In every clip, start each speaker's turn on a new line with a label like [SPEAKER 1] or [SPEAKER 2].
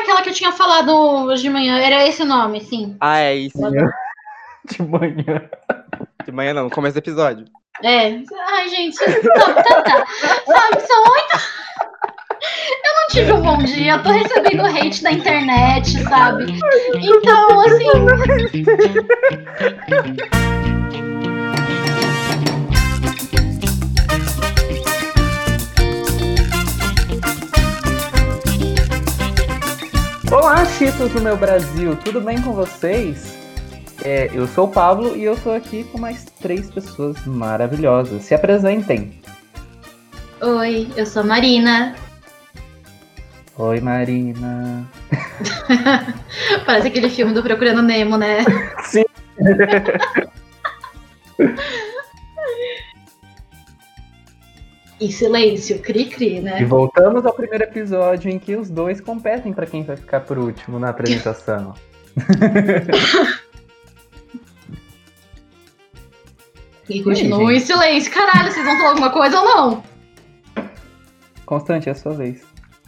[SPEAKER 1] aquela que eu tinha falado hoje de manhã. Era esse o nome, sim.
[SPEAKER 2] Ah, é isso.
[SPEAKER 3] De manhã.
[SPEAKER 2] De manhã não, no começo do episódio.
[SPEAKER 1] É. Ai, gente. Tá. Sabe, são muito... Eu não tive um bom dia. Eu tô recebendo hate da internet, sabe? Então, assim...
[SPEAKER 3] Olá, Cheetos do meu Brasil, tudo bem com vocês? Eu sou o Pablo e eu tô aqui com mais 3 pessoas maravilhosas. Se apresentem.
[SPEAKER 1] Oi, eu sou a Marina.
[SPEAKER 3] Oi, Marina.
[SPEAKER 1] Parece aquele filme do Procurando Nemo, né?
[SPEAKER 3] Sim.
[SPEAKER 1] E silêncio, cri-cri,
[SPEAKER 3] E
[SPEAKER 1] né?
[SPEAKER 3] voltamos ao primeiro episódio em que os dois competem para quem vai ficar por último na apresentação.
[SPEAKER 1] E continuam em silêncio. Caralho, vocês vão falar alguma coisa ou não?
[SPEAKER 3] Constante, é a sua vez.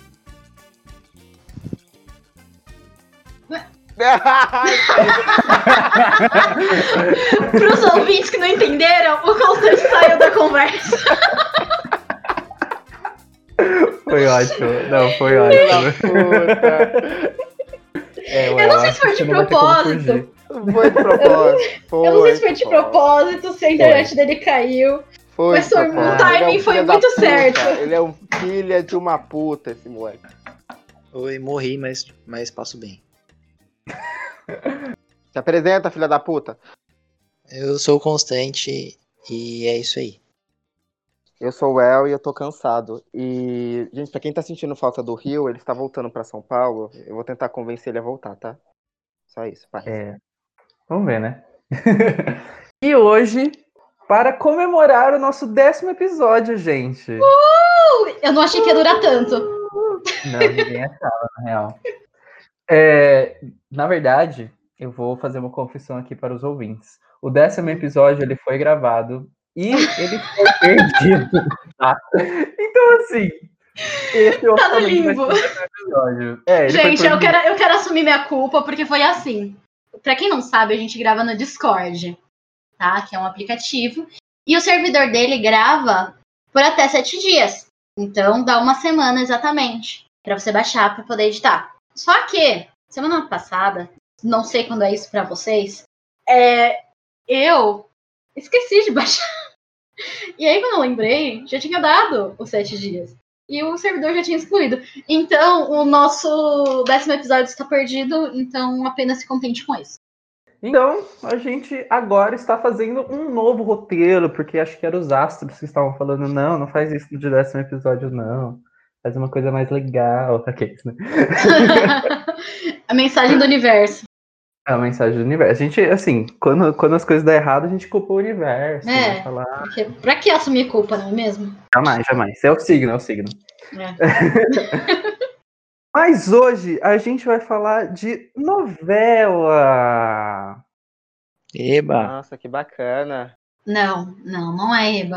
[SPEAKER 1] Para os ouvintes que não entenderam, o Constante saiu da conversa.
[SPEAKER 3] Foi ótimo. Não, foi ótimo.
[SPEAKER 1] Eu não sei se foi de propósito.
[SPEAKER 2] Foi de propósito.
[SPEAKER 1] Eu não sei se foi de propósito, se a internet dele caiu. Mas o timing foi muito certo.
[SPEAKER 2] Ele é um filho de uma puta, esse moleque.
[SPEAKER 4] Oi, morri, mas passo bem.
[SPEAKER 2] Se apresenta, filha da puta.
[SPEAKER 4] Eu sou o Constante e é isso aí.
[SPEAKER 2] Eu sou o El e eu tô cansado. E, gente, pra quem tá sentindo falta do Rio, ele está voltando pra São Paulo. Eu vou tentar convencer ele a voltar, tá? Só isso, pai.
[SPEAKER 3] Vamos ver, né? E hoje, para comemorar o nosso 10º episódio, gente.
[SPEAKER 1] Eu não achei que ia durar tanto.
[SPEAKER 3] Não, ninguém achava, na real. Na verdade, eu vou fazer uma confissão aqui para os ouvintes. O 10º episódio, ele foi gravado e ele foi perdido. Tá? Então, assim, esse é o
[SPEAKER 1] Tá no limbo.
[SPEAKER 3] episódio.
[SPEAKER 1] Gente, eu quero assumir minha culpa, porque foi assim. Pra quem não sabe, a gente grava no Discord, tá? Que é um aplicativo. E o servidor dele grava por até 7 dias. Então, dá uma semana exatamente pra você baixar pra poder editar. Só que, semana passada, não sei quando é isso pra vocês, eu esqueci de baixar. E aí, quando eu lembrei, já tinha dado os 7 dias. E o servidor já tinha excluído. Então, o nosso 10º episódio está perdido, então apenas se contente com isso.
[SPEAKER 3] Então, a gente agora está fazendo um novo roteiro, porque acho que eram os astros que estavam falando, não faz isso no 10º episódio, não. Faz uma coisa mais legal, né?
[SPEAKER 1] A mensagem do universo.
[SPEAKER 3] A mensagem do universo. A gente, assim, quando as coisas dão errado, a gente culpa o universo. Vai falar...
[SPEAKER 1] Porque pra que assumir culpa, não é mesmo?
[SPEAKER 3] Jamais. É o signo. Mas hoje a gente vai falar de novela.
[SPEAKER 4] Eba!
[SPEAKER 2] Nossa, que bacana.
[SPEAKER 1] Não é Eba.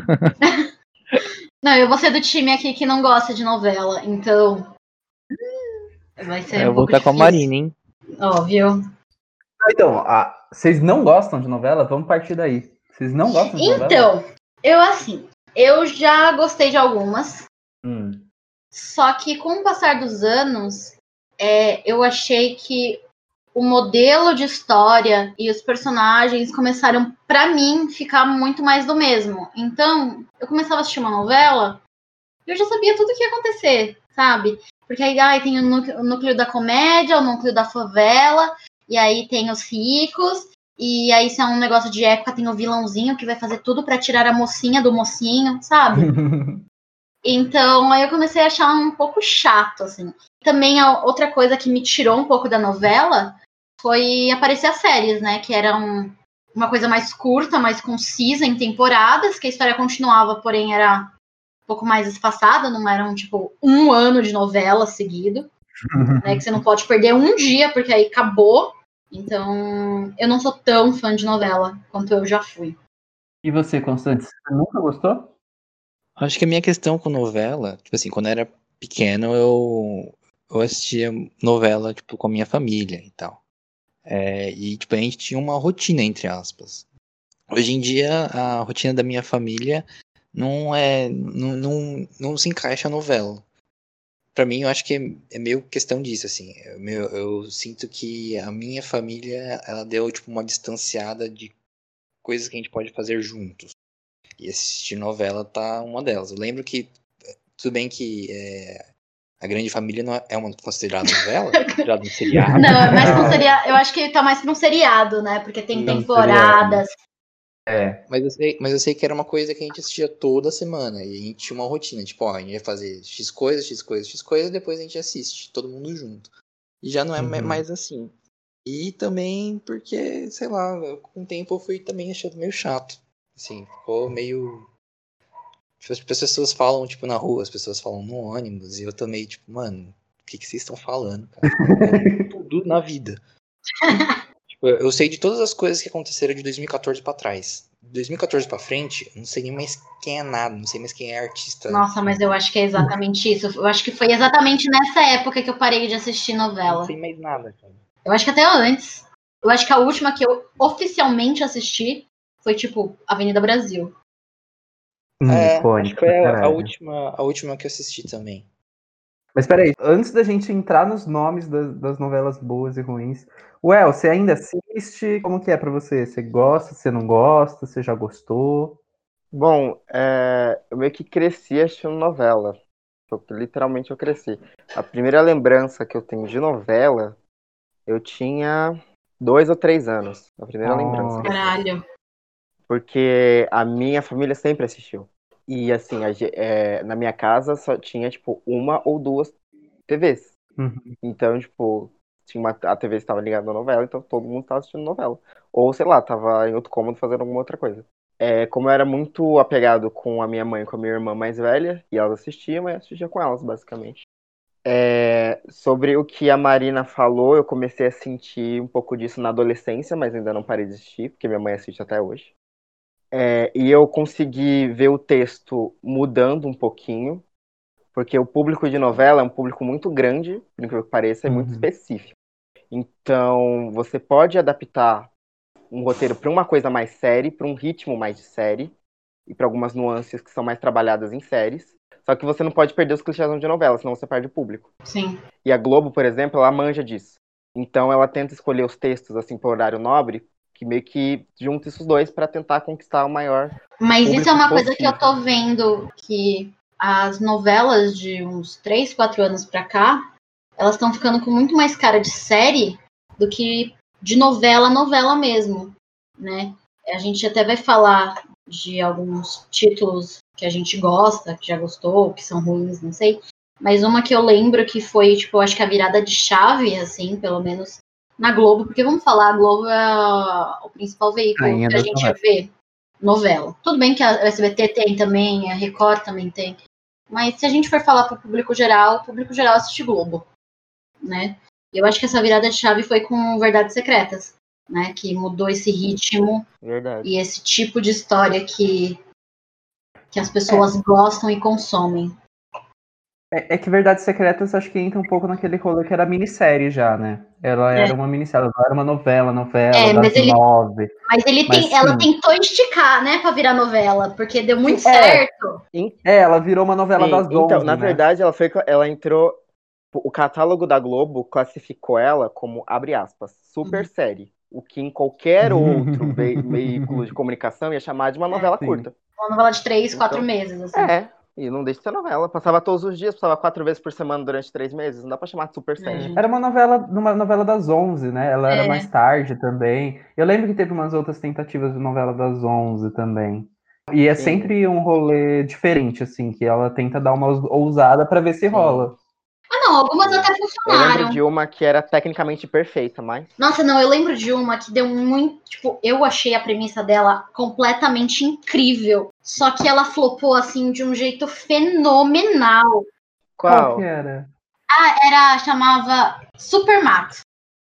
[SPEAKER 1] Não, eu vou ser do time aqui que não gosta de novela, então vai ser
[SPEAKER 4] Eu vou estar com a Marina, hein?
[SPEAKER 1] Óbvio.
[SPEAKER 3] Então, vocês não gostam de novela? Vamos partir daí. Vocês não gostam de novela?
[SPEAKER 1] Então, eu já gostei de algumas. Só que com o passar dos anos, eu achei que o modelo de história e os personagens começaram, pra mim, ficar muito mais do mesmo. Então, eu começava a assistir uma novela e eu já sabia tudo o que ia acontecer, sabe? Porque aí tem o núcleo da comédia, o núcleo da favela, e aí tem os ricos, e aí se é um negócio de época, tem o vilãozinho que vai fazer tudo pra tirar a mocinha do mocinho, sabe? Então, aí eu comecei a achar um pouco chato, assim. Também a outra coisa que me tirou um pouco da novela foi aparecer as séries, né? Que era uma coisa mais curta, mais concisa em temporadas, que a história continuava, porém era um pouco mais espaçada, não eram, tipo, 1 ano de novela seguido, né? Que você não pode perder um dia, porque aí acabou. Então, eu não sou tão fã de novela quanto eu já fui.
[SPEAKER 3] E você, Constante, você nunca gostou?
[SPEAKER 4] Acho que a minha questão com novela, tipo assim, quando eu era pequeno, eu eu assistia novela, tipo, com a minha família e tal. E, tipo, a gente tinha uma rotina, entre aspas. Hoje em dia, a rotina da minha família não se encaixa a novela. Pra mim, eu acho que é meio questão disso, assim. Eu sinto que a minha família, ela deu, tipo, uma distanciada de coisas que a gente pode fazer juntos. E assistir novela tá uma delas. Eu lembro que, tudo bem que a Grande Família não é uma considerada novela, é considerada um seriado.
[SPEAKER 1] Não, é mais pra um seriado. Eu acho que tá mais pra um seriado, né? Porque tem temporadas.
[SPEAKER 4] Mas eu sei que era uma coisa que a gente assistia toda semana. E a gente tinha uma rotina. Tipo, ó, a gente vai fazer X coisa, X coisa, X coisa. Depois a gente assiste, todo mundo junto. E já não é mais assim. E também porque, sei lá, com o tempo eu fui também achando meio chato. Assim, ficou meio... Tipo, as pessoas falam, tipo, na rua. As pessoas falam no ônibus. E eu tô meio, tipo, mano, o que vocês estão falando, cara? Tudo na vida. Eu sei de todas as coisas que aconteceram de 2014 pra trás. De 2014 pra frente, eu não sei nem mais quem é nada, não sei mais quem é artista.
[SPEAKER 1] Nossa, mas eu acho que é exatamente isso. Eu acho que foi exatamente nessa época que eu parei de assistir novela.
[SPEAKER 4] Não sei mais nada, cara.
[SPEAKER 1] Eu acho que até antes. Eu acho que a última que eu oficialmente assisti foi, tipo, Avenida Brasil.
[SPEAKER 4] Acho que foi a última que eu assisti também.
[SPEAKER 3] Mas peraí, antes da gente entrar nos nomes das novelas boas e ruins, você ainda assiste? Como que é pra você? Você gosta, você não gosta, você já gostou?
[SPEAKER 2] Bom, eu meio que cresci assistindo novela. Literalmente eu cresci. A primeira lembrança que eu tenho de novela, eu tinha 2 ou 3 anos. A primeira lembrança.
[SPEAKER 1] Caralho.
[SPEAKER 2] Porque a minha família sempre assistiu. E assim, na minha casa só tinha, tipo, 1 ou 2 TVs. Então, tipo, a TV estava ligada na novela, então todo mundo estava assistindo novela. Ou, sei lá, tava em outro cômodo fazendo alguma outra coisa. Como eu era muito apegado com a minha mãe e com a minha irmã mais velha, e elas assistiam, eu assistia com elas, basicamente. Sobre o que a Marina falou, eu comecei a sentir um pouco disso na adolescência, mas ainda não parei de assistir, porque minha mãe assiste até hoje. E eu consegui ver o texto mudando um pouquinho, porque o público de novela é um público muito grande, por incrível que pareça, e muito específico. Então, você pode adaptar um roteiro para uma coisa mais série, para um ritmo mais de série, e para algumas nuances que são mais trabalhadas em séries. Só que você não pode perder os clichês de novela, senão você perde o público.
[SPEAKER 1] Sim.
[SPEAKER 2] E a Globo, por exemplo, ela manja disso. Então, ela tenta escolher os textos assim por horário nobre, que meio que junta esses dois para tentar conquistar o maior.
[SPEAKER 1] Mas isso é uma coisa
[SPEAKER 2] possível.
[SPEAKER 1] que eu tô vendo, que as novelas de uns 3, 4 anos pra cá, elas estão ficando com muito mais cara de série do que de novela mesmo, né? A gente até vai falar de alguns títulos que a gente gosta, que já gostou, que são ruins, não sei. Mas uma que eu lembro que foi, tipo, acho que a virada de chave, assim, pelo menos na Globo, porque vamos falar, a Globo é o principal veículo que a gente vê novela. Tudo bem que a SBT tem também, a Record também tem, mas se a gente for falar para o público geral assiste Globo, né? E eu acho que essa virada de chave foi com Verdades Secretas, né? Que mudou esse ritmo.
[SPEAKER 2] Verdade.
[SPEAKER 1] E esse tipo de história que as pessoas gostam e consomem.
[SPEAKER 3] É que Verdades Secretas acho que entra um pouco naquele rolê que era minissérie já, né? Ela era uma minissérie, não era uma novela das 9.
[SPEAKER 1] Mas ela tentou esticar, né, pra virar novela, porque deu muito certo.
[SPEAKER 3] Ela virou uma novela das 11,
[SPEAKER 2] então, na verdade, ela entrou... O catálogo da Globo classificou ela como, abre aspas, super série. O que em qualquer outro veículo de comunicação ia chamar de uma novela curta.
[SPEAKER 1] Uma novela de 3, 4 meses, assim.
[SPEAKER 2] E não deixa de ser novela. Passava todos os dias, passava 4 vezes por semana durante 3 meses. Não dá pra chamar de super série.
[SPEAKER 3] Era uma novela das 11, né? Ela era mais tarde também. Eu lembro que teve umas outras tentativas de novela das 11 também. E é sempre um rolê diferente, assim, que ela tenta dar uma ousada pra ver se rola.
[SPEAKER 1] Não, algumas até funcionaram.
[SPEAKER 2] Eu lembro de uma que era tecnicamente perfeita, mas...
[SPEAKER 1] Nossa, não, eu lembro de uma que deu muito... Tipo, eu achei a premissa dela completamente incrível. Só que ela flopou, assim, de um jeito fenomenal.
[SPEAKER 3] Qual que era?
[SPEAKER 1] Chamava Supermax.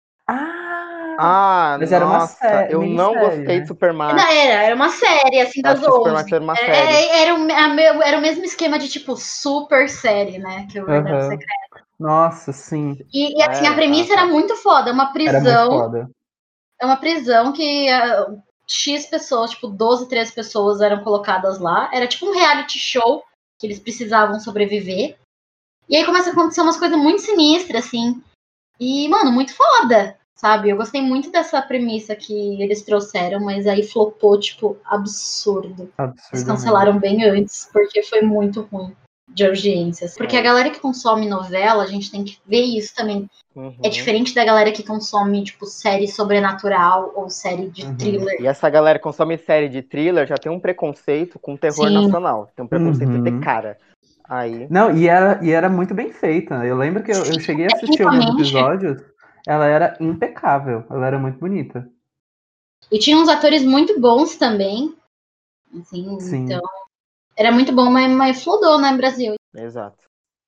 [SPEAKER 3] Mas era uma série.
[SPEAKER 2] Eu não gostei de Supermax.
[SPEAKER 1] Era uma série, assim, das 11.
[SPEAKER 2] Supermax era uma série.
[SPEAKER 1] Era o mesmo esquema de, tipo, super série, né? Que o Verdade Secreta.
[SPEAKER 3] Nossa, sim.
[SPEAKER 1] E assim, a premissa era muito foda. Uma prisão.
[SPEAKER 3] Era muito foda.
[SPEAKER 1] É uma prisão que X pessoas, tipo 12, 13 pessoas eram colocadas lá. Era tipo um reality show que eles precisavam sobreviver. E aí começa a acontecer umas coisas muito sinistras, assim. E, mano, muito foda, sabe? Eu gostei muito dessa premissa que eles trouxeram, mas aí flopou, tipo, absurdo. Eles cancelaram bem antes, porque foi muito ruim de audiências. Porque a galera que consome novela, a gente tem que ver isso também. É diferente da galera que consome, tipo, série sobrenatural ou série de thriller.
[SPEAKER 2] E essa galera que consome série de thriller já tem um preconceito com terror nacional. Tem um preconceito de ter cara. Aí...
[SPEAKER 3] Não, e era muito bem feita. Eu lembro que eu cheguei a assistir alguns episódios. Ela era impecável. Ela era muito bonita.
[SPEAKER 1] E tinha uns atores muito bons também. Assim, sim. Então, era muito bom, mas flodou, né, Brasil.
[SPEAKER 2] Exato.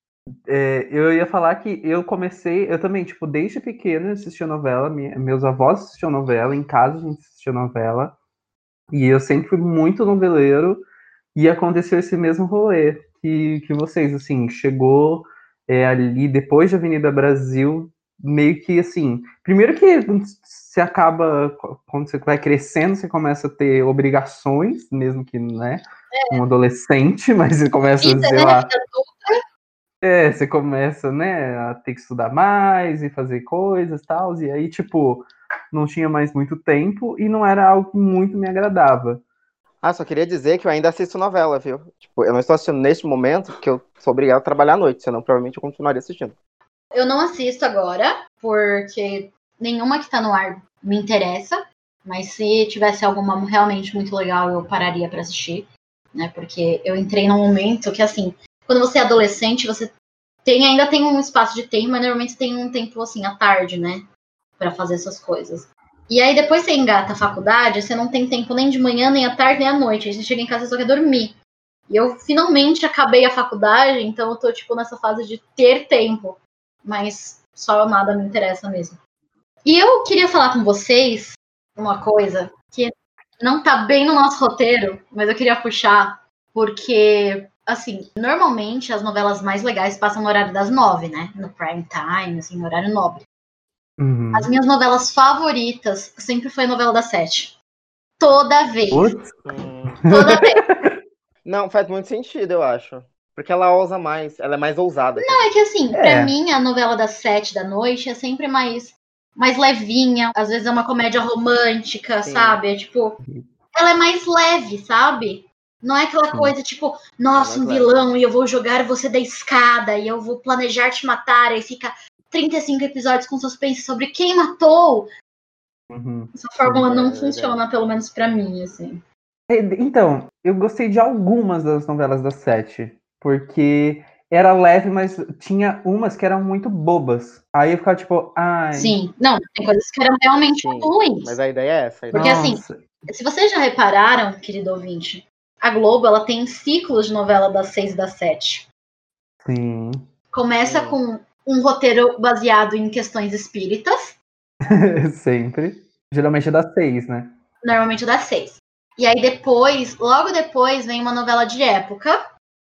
[SPEAKER 3] Eu ia falar que eu também, tipo, desde pequeno assistia novela, meus avós assistiam novela, em casa a gente assistia novela, e eu sempre fui muito noveleiro, e aconteceu esse mesmo rolê que vocês, assim, chegou ali depois de Avenida Brasil, meio que, assim, primeiro que você acaba, quando você vai crescendo, você começa a ter obrigações, mesmo que, né, um adolescente, mas você começa, sei lá... você começa, né, a ter que estudar mais e fazer coisas e tal, e aí, tipo, não tinha mais muito tempo e não era algo que muito me agradava.
[SPEAKER 2] Só queria dizer que eu ainda assisto novela, viu? Tipo, eu não estou assistindo neste momento porque eu sou obrigado a trabalhar à noite, senão provavelmente eu continuaria assistindo.
[SPEAKER 1] Eu não assisto agora, porque nenhuma que tá no ar me interessa, mas se tivesse alguma realmente muito legal, eu pararia pra assistir, né, porque eu entrei num momento que, assim, quando você é adolescente, você ainda tem um espaço de tempo, mas normalmente você tem um tempo, assim, à tarde, né, pra fazer essas coisas. E aí depois você engata a faculdade, você não tem tempo nem de manhã, nem à tarde, nem à noite. Aí você chega em casa e só quer dormir. E eu finalmente acabei a faculdade, então eu tô, tipo, nessa fase de ter tempo. Mas só nada me interessa mesmo. E eu queria falar com vocês uma coisa que não tá bem no nosso roteiro, mas eu queria puxar, porque, assim, normalmente as novelas mais legais passam no horário das 9, né? No prime time, assim, no horário nobre.
[SPEAKER 3] Uhum.
[SPEAKER 1] As minhas novelas favoritas sempre foi a novela das 7. Toda vez. Toda vez.
[SPEAKER 2] Não, faz muito sentido, eu acho. Porque ela ousa mais, ela é mais ousada.
[SPEAKER 1] Não, é que assim, pra mim a novela das 7 da noite é sempre mais levinha. Às vezes é uma comédia romântica, sabe? É tipo, ela é mais leve, sabe? Não é aquela coisa tipo, nossa, um vilão e eu vou jogar você da escada e eu vou planejar te matar e fica 35 episódios com suspense sobre quem matou. Essa fórmula não funciona, pelo menos pra mim, assim.
[SPEAKER 3] Então, eu gostei de algumas das novelas das 7, porque era leve, mas tinha umas que eram muito bobas. Aí eu ficava tipo, ai...
[SPEAKER 1] Sim, não, tem coisas que eram realmente ruins.
[SPEAKER 2] Mas a ideia é essa.
[SPEAKER 1] Porque assim, se vocês já repararam, querido ouvinte, a Globo, ela tem ciclos de novela das 6 e das 7.
[SPEAKER 3] Sim.
[SPEAKER 1] Começa com um roteiro baseado em questões espíritas.
[SPEAKER 3] Sempre. Geralmente é das 6, né?
[SPEAKER 1] Normalmente é das 6. E aí depois, logo depois, vem uma novela de época.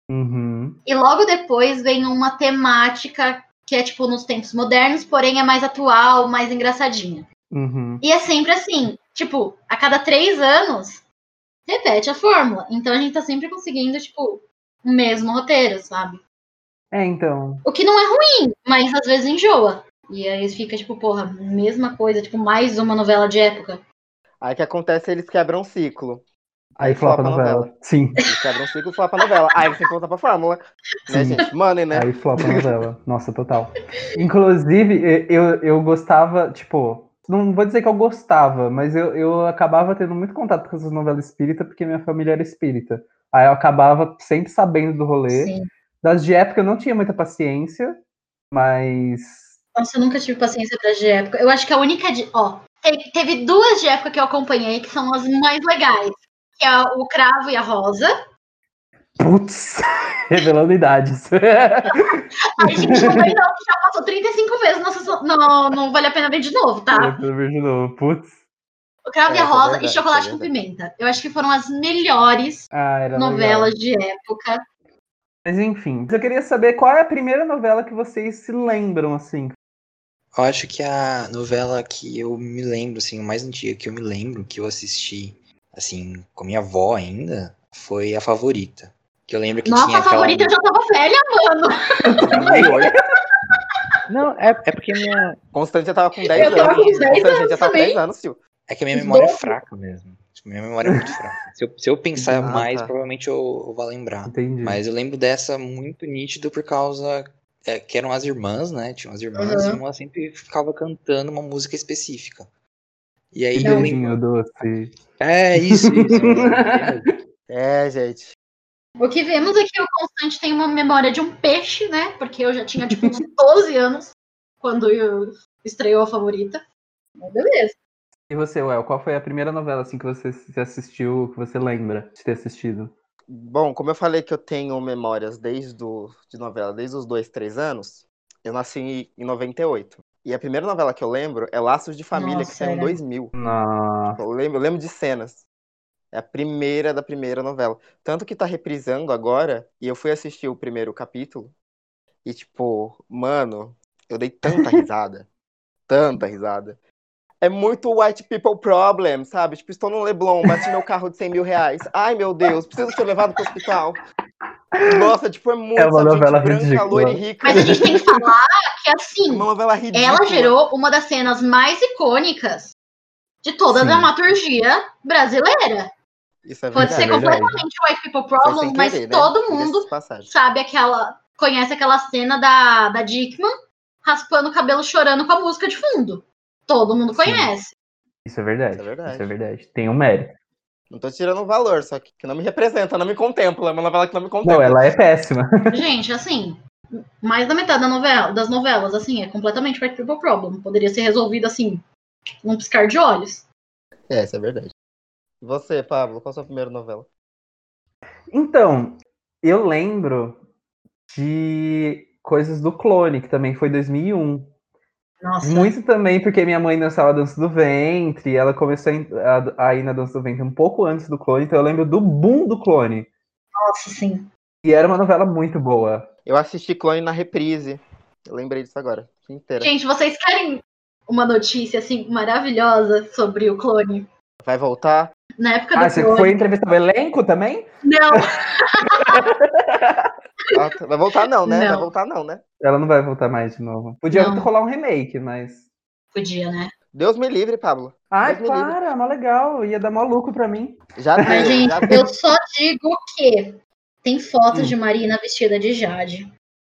[SPEAKER 1] E logo depois vem uma temática que é tipo nos tempos modernos, porém é mais atual, mais engraçadinha. E é sempre assim, tipo, a cada 3 anos, repete a fórmula. Então a gente tá sempre conseguindo, tipo, o mesmo roteiro, sabe?
[SPEAKER 3] Então.
[SPEAKER 1] O que não é ruim, mas às vezes enjoa. E aí fica, tipo, porra, mesma coisa, tipo, mais uma novela de época.
[SPEAKER 2] Aí o que acontece, eles quebram um ciclo.
[SPEAKER 3] Aí flopa a novela. Sim.
[SPEAKER 2] Eles quebram um ciclo e flopa a novela. Aí eles têm que voltar pra fórmula. Né, gente? Money, né?
[SPEAKER 3] Aí flopa a novela. Nossa, total. Inclusive, eu gostava, tipo... Não vou dizer que eu gostava, mas eu acabava tendo muito contato com essas novelas espíritas porque minha família era espírita. Aí eu acabava sempre sabendo do rolê.
[SPEAKER 1] Sim.
[SPEAKER 3] Das de época eu não tinha muita paciência, mas...
[SPEAKER 1] Nossa, eu nunca tive paciência pra de época. Eu acho que a única de... Ó, teve 2 de época que eu acompanhei que são as mais legais. Que é o Cravo e a Rosa.
[SPEAKER 3] Putz, revelando idades.
[SPEAKER 1] Ai, gente, não vai não, já passou 35 vezes. Nossa, não vale a pena ver de novo, tá?
[SPEAKER 3] Vale a pena ver de novo, putz.
[SPEAKER 1] O Cravo e a Rosa e Chocolate com Pimenta. Eu acho que foram as melhores novelas de época.
[SPEAKER 3] Mas enfim, eu queria saber qual é a primeira novela que vocês se lembram, assim.
[SPEAKER 4] Eu acho que a novela que eu me lembro, assim, a mais antiga que eu me lembro, que eu assisti, assim, com minha avó ainda, foi A Favorita. Que eu lembro que
[SPEAKER 1] Nossa,
[SPEAKER 4] tinha
[SPEAKER 1] a Favorita eu já tava velha, mano.
[SPEAKER 4] Não, é porque minha...
[SPEAKER 2] Constante já tava com 10
[SPEAKER 1] Eu tava
[SPEAKER 2] anos.
[SPEAKER 1] com uns 10
[SPEAKER 2] Constante já
[SPEAKER 1] anos
[SPEAKER 2] tava com 10
[SPEAKER 1] também.
[SPEAKER 2] anos, tio.
[SPEAKER 4] É que a minha
[SPEAKER 1] Os
[SPEAKER 4] memória é
[SPEAKER 1] 12.
[SPEAKER 4] fraca mesmo. Tipo, minha memória é muito fraca. Se eu pensar
[SPEAKER 2] Ah,
[SPEAKER 4] mais,
[SPEAKER 2] tá.
[SPEAKER 4] provavelmente eu vou lembrar.
[SPEAKER 3] Entendi.
[SPEAKER 4] Mas eu lembro dessa muito nítido por causa que eram as irmãs, né? Tinham as irmãs e uma sempre ficava cantando uma música específica. E aí
[SPEAKER 3] Que
[SPEAKER 4] eu
[SPEAKER 3] beijinho
[SPEAKER 4] lembro...
[SPEAKER 3] doce.
[SPEAKER 4] É, isso.
[SPEAKER 2] É, gente.
[SPEAKER 1] O que vemos é que o Constante tem uma memória de um peixe, né? Porque eu já tinha, tipo, uns 12 anos quando estreou A Favorita. Mas beleza.
[SPEAKER 3] E você, Well, qual foi a primeira novela assim que você assistiu, que você lembra de ter assistido?
[SPEAKER 2] Bom, como eu falei que eu tenho memórias de novela desde os 2, 3 anos, eu nasci em 98. E a primeira novela que eu lembro é Laços de Família, que saiu em 2000.
[SPEAKER 3] Nossa.
[SPEAKER 2] Eu lembro de cenas. É a primeira da primeira novela. Tanto que tá reprisando agora, e eu fui assistir o primeiro capítulo, e tipo, mano, eu dei tanta risada. Tanta risada. É muito white people problem, sabe? Tipo, estou no Leblon, bati meu carro de 100 mil reais. Ai, meu Deus, preciso ser levado pro hospital. Nossa, tipo, é muito,
[SPEAKER 3] É uma
[SPEAKER 2] sabe?
[SPEAKER 3] novela
[SPEAKER 2] Gente branca,
[SPEAKER 3] ridícula.
[SPEAKER 2] loira e rica.
[SPEAKER 1] Mas a gente tem que falar que,
[SPEAKER 2] É
[SPEAKER 1] assim,
[SPEAKER 2] uma novela ridícula.
[SPEAKER 1] ela gerou uma das cenas mais icônicas de toda a
[SPEAKER 3] Sim.
[SPEAKER 1] dramaturgia brasileira.
[SPEAKER 2] Isso é
[SPEAKER 1] Pode
[SPEAKER 2] verdade.
[SPEAKER 1] ser completamente white people problem, mas
[SPEAKER 2] querer, né?
[SPEAKER 1] todo mundo sabe conhece aquela cena da Dickman raspando o cabelo chorando com a música de fundo. Todo mundo conhece.
[SPEAKER 3] Isso é verdade.
[SPEAKER 2] Isso é verdade.
[SPEAKER 3] Isso é verdade. Tem um mérito.
[SPEAKER 2] Não tô tirando o valor, só que não me representa, não me contempla. É uma novela que não me contempla.
[SPEAKER 3] Não, ela é péssima.
[SPEAKER 1] Gente, assim, mais da metade das novelas, assim, é completamente white people problem. Poderia ser resolvido, assim, num piscar de olhos.
[SPEAKER 2] É, isso é verdade. E você, Pablo, qual a sua primeira novela?
[SPEAKER 3] Então, eu lembro de Coisas do Clone, que também foi 2001.
[SPEAKER 1] Nossa.
[SPEAKER 3] Muito também porque minha mãe dançava Dança do Ventre, ela começou a ir na Dança do Ventre um pouco antes do Clone, então eu lembro do boom do Clone.
[SPEAKER 1] Nossa, sim.
[SPEAKER 3] E era uma novela muito boa.
[SPEAKER 2] Eu assisti Clone na reprise. Eu lembrei disso agora. Inteira.
[SPEAKER 1] Gente, vocês querem uma notícia, assim, maravilhosa sobre o Clone?
[SPEAKER 2] Vai voltar?
[SPEAKER 1] Na época do
[SPEAKER 3] Você
[SPEAKER 1] Clone...
[SPEAKER 3] foi entrevistar o elenco também?
[SPEAKER 1] Não.
[SPEAKER 2] Vai voltar não, né?
[SPEAKER 1] Não.
[SPEAKER 2] Vai voltar não, né?
[SPEAKER 3] Ela não vai voltar mais de novo. Podia
[SPEAKER 1] Não.
[SPEAKER 3] rolar um remake, mas...
[SPEAKER 1] Podia, né?
[SPEAKER 2] Deus me livre, Pablo.
[SPEAKER 3] Ai,
[SPEAKER 2] Deus me livre.
[SPEAKER 3] para, mó legal. Ia dar mó lucro pra mim.
[SPEAKER 2] Já deu,
[SPEAKER 1] Mas, gente,
[SPEAKER 2] já deu.
[SPEAKER 1] eu só digo que tem fotos de Marina vestida de Jade.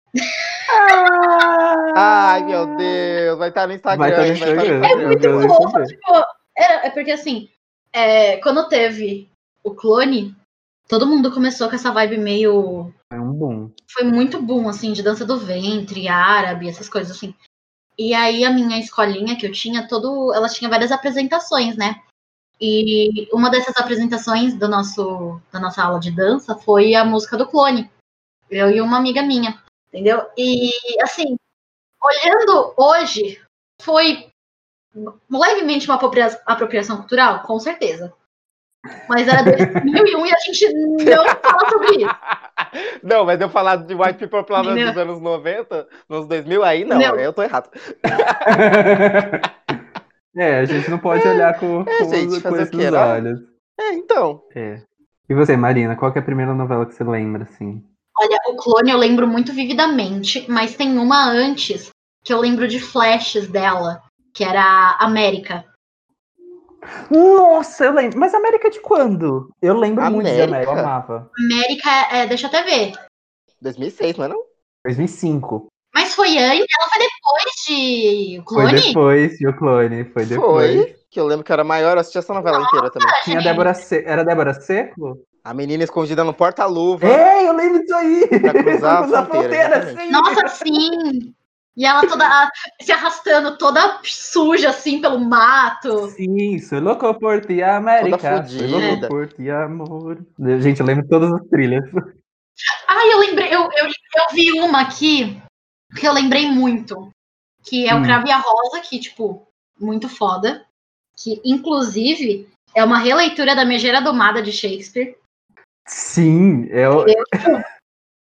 [SPEAKER 2] Ai, meu Deus. Vai estar no Instagram.
[SPEAKER 3] Vai estar no Instagram.
[SPEAKER 1] É muito fofo. Tipo, é porque, assim, quando teve o Clone, todo mundo começou com essa vibe meio...
[SPEAKER 3] É um boom.
[SPEAKER 1] Foi muito boom, assim, de dança do ventre, árabe, essas coisas assim. E aí a minha escolinha que eu tinha, ela tinha várias apresentações, né? E uma dessas apresentações da nossa aula de dança foi a música do Clone. Eu e uma amiga minha, entendeu? E, assim, olhando hoje, foi levemente uma apropriação cultural, com certeza. Mas era 2001 e a gente não fala sobre isso.
[SPEAKER 2] Não, mas eu falar de White People Problem dos anos 90, nos 2000, aí não. Eu tô errado.
[SPEAKER 3] A gente não pode olhar com esses olhos.
[SPEAKER 2] Então.
[SPEAKER 3] E você, Marina, qual que é a primeira novela que você lembra, assim?
[SPEAKER 1] Olha, o Clone eu lembro muito vividamente, mas tem uma antes que eu lembro de flashes dela, que era a América.
[SPEAKER 3] Nossa, eu lembro. Mas América de quando? Eu lembro muito de América, eu amava.
[SPEAKER 1] América, deixa eu até ver.
[SPEAKER 2] 2006, não é não?
[SPEAKER 3] 2005.
[SPEAKER 1] Mas foi antes? Ela foi depois de Clone?
[SPEAKER 3] Foi depois de O Clone, foi depois.
[SPEAKER 2] Foi, que eu lembro que eu era maior, eu assisti essa novela inteira também.
[SPEAKER 3] Tinha era Débora Seco?
[SPEAKER 2] A menina escondida no porta-luva.
[SPEAKER 3] Eu lembro disso aí!
[SPEAKER 2] Pra cruzar a fronteira,
[SPEAKER 1] sim. Nossa, sim! E ela toda se arrastando, toda suja, assim, pelo mato.
[SPEAKER 3] Sim, sou louco por ti, América.
[SPEAKER 2] Toda fodida.
[SPEAKER 3] Sou louco por ti, amor. Gente, eu lembro todas as trilhas.
[SPEAKER 1] Eu lembrei, eu vi uma aqui que eu lembrei muito. Que é o Cravo e a Rosa, que, tipo, muito foda. Que, inclusive, é uma releitura da Megera Domada de Shakespeare.
[SPEAKER 3] Sim,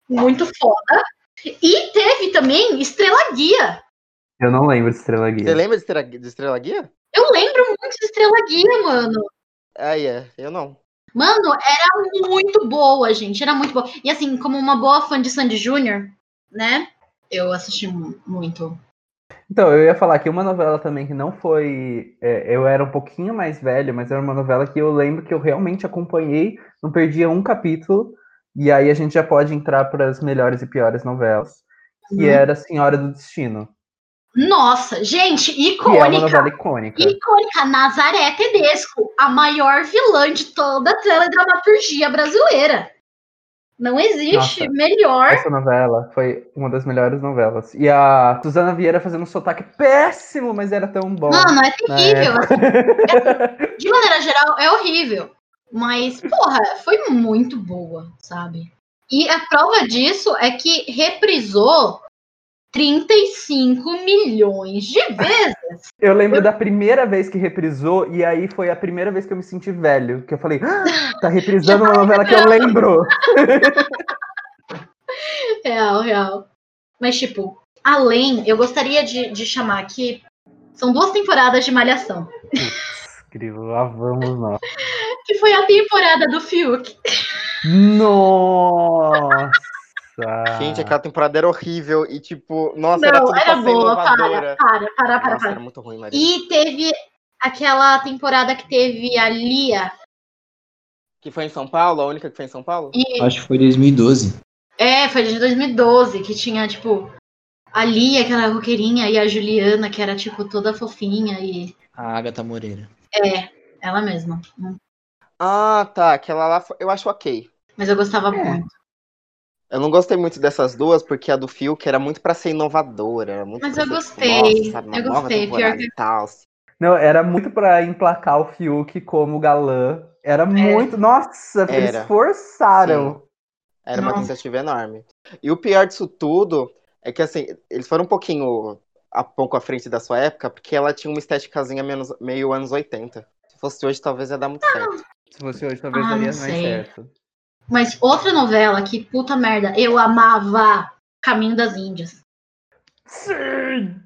[SPEAKER 1] Muito foda. E teve também Estrela Guia.
[SPEAKER 3] Eu não lembro de Estrela Guia.
[SPEAKER 2] Você lembra de Estrela Guia?
[SPEAKER 1] Eu lembro muito de Estrela Guia, mano.
[SPEAKER 2] Eu não.
[SPEAKER 1] Mano, era muito boa, gente. Era muito boa. E assim, como uma boa fã de Sandy Júnior, né? Eu assisti muito.
[SPEAKER 3] Então, eu ia falar que uma novela também que não foi... eu era um pouquinho mais velho, mas era uma novela que eu lembro que eu realmente acompanhei, não perdia um capítulo, e aí a gente já pode entrar para as melhores e piores novelas, que era Senhora do Destino.
[SPEAKER 1] Nossa, gente, icônica.
[SPEAKER 3] Que é uma novela icônica.
[SPEAKER 1] Icônica, Nazaré Tedesco, a maior vilã de toda a teledramaturgia brasileira. Não existe melhor.
[SPEAKER 3] Essa novela foi uma das melhores novelas. E a Suzana Vieira fazendo um sotaque péssimo, mas era tão bom.
[SPEAKER 1] Mano, é terrível. De maneira geral, é horrível. Mas, porra, foi muito boa, sabe? E a prova disso é que reprisou 35 milhões de vezes.
[SPEAKER 3] Eu lembro da primeira vez que reprisou, e aí foi a primeira vez que eu me senti velho. Que eu falei, tá reprisando uma novela que eu lembro.
[SPEAKER 1] Real. Mas, tipo, além, eu gostaria de chamar aqui, são 2 temporadas de Malhação.
[SPEAKER 3] Incrível, lá vamos nós.
[SPEAKER 1] Que foi a temporada do Fiuk.
[SPEAKER 3] Nossa!
[SPEAKER 2] Gente, aquela temporada era horrível e, tipo, nossa, era tudo
[SPEAKER 1] era boa,
[SPEAKER 2] inovadora.
[SPEAKER 1] Para.
[SPEAKER 2] Era muito ruim, Maria.
[SPEAKER 1] E teve aquela temporada que teve a Lia.
[SPEAKER 2] Que foi em São Paulo? A única que foi em São Paulo?
[SPEAKER 4] Acho que foi 2012.
[SPEAKER 1] Foi de 2012, que tinha, tipo, a Lia, aquela roqueirinha, e a Juliana, que era, tipo, toda fofinha e...
[SPEAKER 4] A Agatha Moreira.
[SPEAKER 1] Ela mesma.
[SPEAKER 2] Ah, tá. Aquela lá, eu acho ok.
[SPEAKER 1] Mas eu gostava muito.
[SPEAKER 2] Eu não gostei muito dessas duas, porque a do Fiuk era muito pra ser inovadora. Muito
[SPEAKER 1] mas
[SPEAKER 2] pra
[SPEAKER 1] eu
[SPEAKER 2] ser,
[SPEAKER 1] gostei.
[SPEAKER 2] Nossa, sabe, uma
[SPEAKER 1] eu
[SPEAKER 2] nova
[SPEAKER 1] gostei.
[SPEAKER 2] temporada
[SPEAKER 1] Pior que...
[SPEAKER 2] e tal.
[SPEAKER 3] Não, era muito pra emplacar o Fiuk como galã. Era muito... Nossa, eles forçaram.
[SPEAKER 2] Sim. Era uma tentativa enorme. E o pior disso tudo é que, assim, eles foram um pouquinho a pouco à frente da sua época, porque ela tinha uma estéticazinha meio anos 80. Se fosse hoje, talvez ia dar muito certo.
[SPEAKER 3] Se fosse hoje, talvez daria mais
[SPEAKER 1] sei.
[SPEAKER 3] certo.
[SPEAKER 1] Mas outra novela que, puta merda, eu amava, Caminho das Índias.
[SPEAKER 3] Sim!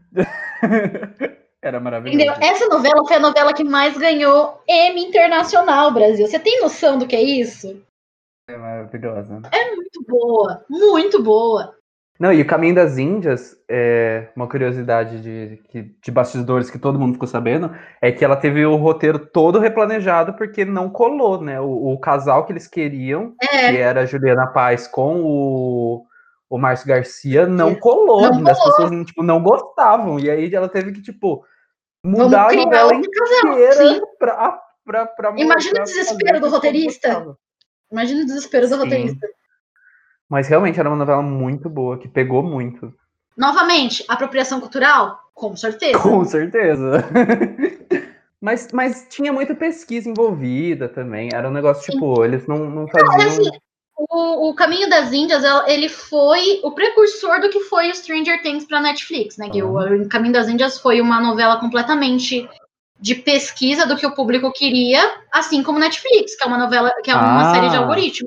[SPEAKER 3] Era maravilhoso.
[SPEAKER 1] Entendeu? Essa novela foi a novela que mais ganhou Emmy Internacional, Brasil. Você tem noção do que é isso?
[SPEAKER 3] É maravilhosa.
[SPEAKER 1] É muito boa, muito boa.
[SPEAKER 3] Não, e o Caminho das Índias, uma curiosidade de bastidores que todo mundo ficou sabendo, é que ela teve o roteiro todo replanejado porque não colou, né? O casal que eles queriam, que era a Juliana Paz com o Márcio Garcia, não colou. As pessoas tipo, não gostavam. E aí ela teve que, tipo, mudar a novela inteira pra
[SPEAKER 1] Imagina o desespero do roteirista. Imagina o desespero do roteirista.
[SPEAKER 3] Mas realmente era uma novela muito boa, que pegou muito.
[SPEAKER 1] Novamente, apropriação cultural? Com certeza.
[SPEAKER 3] Com certeza. mas tinha muita pesquisa envolvida também. Era um negócio, tipo, eles não faziam...
[SPEAKER 1] Assim, o Caminho das Índias, ele foi o precursor do que foi o Stranger Things pra Netflix, né? Que o Caminho das Índias foi uma novela completamente de pesquisa do que o público queria, assim como Netflix, que é uma novela, que é uma série de algoritmos.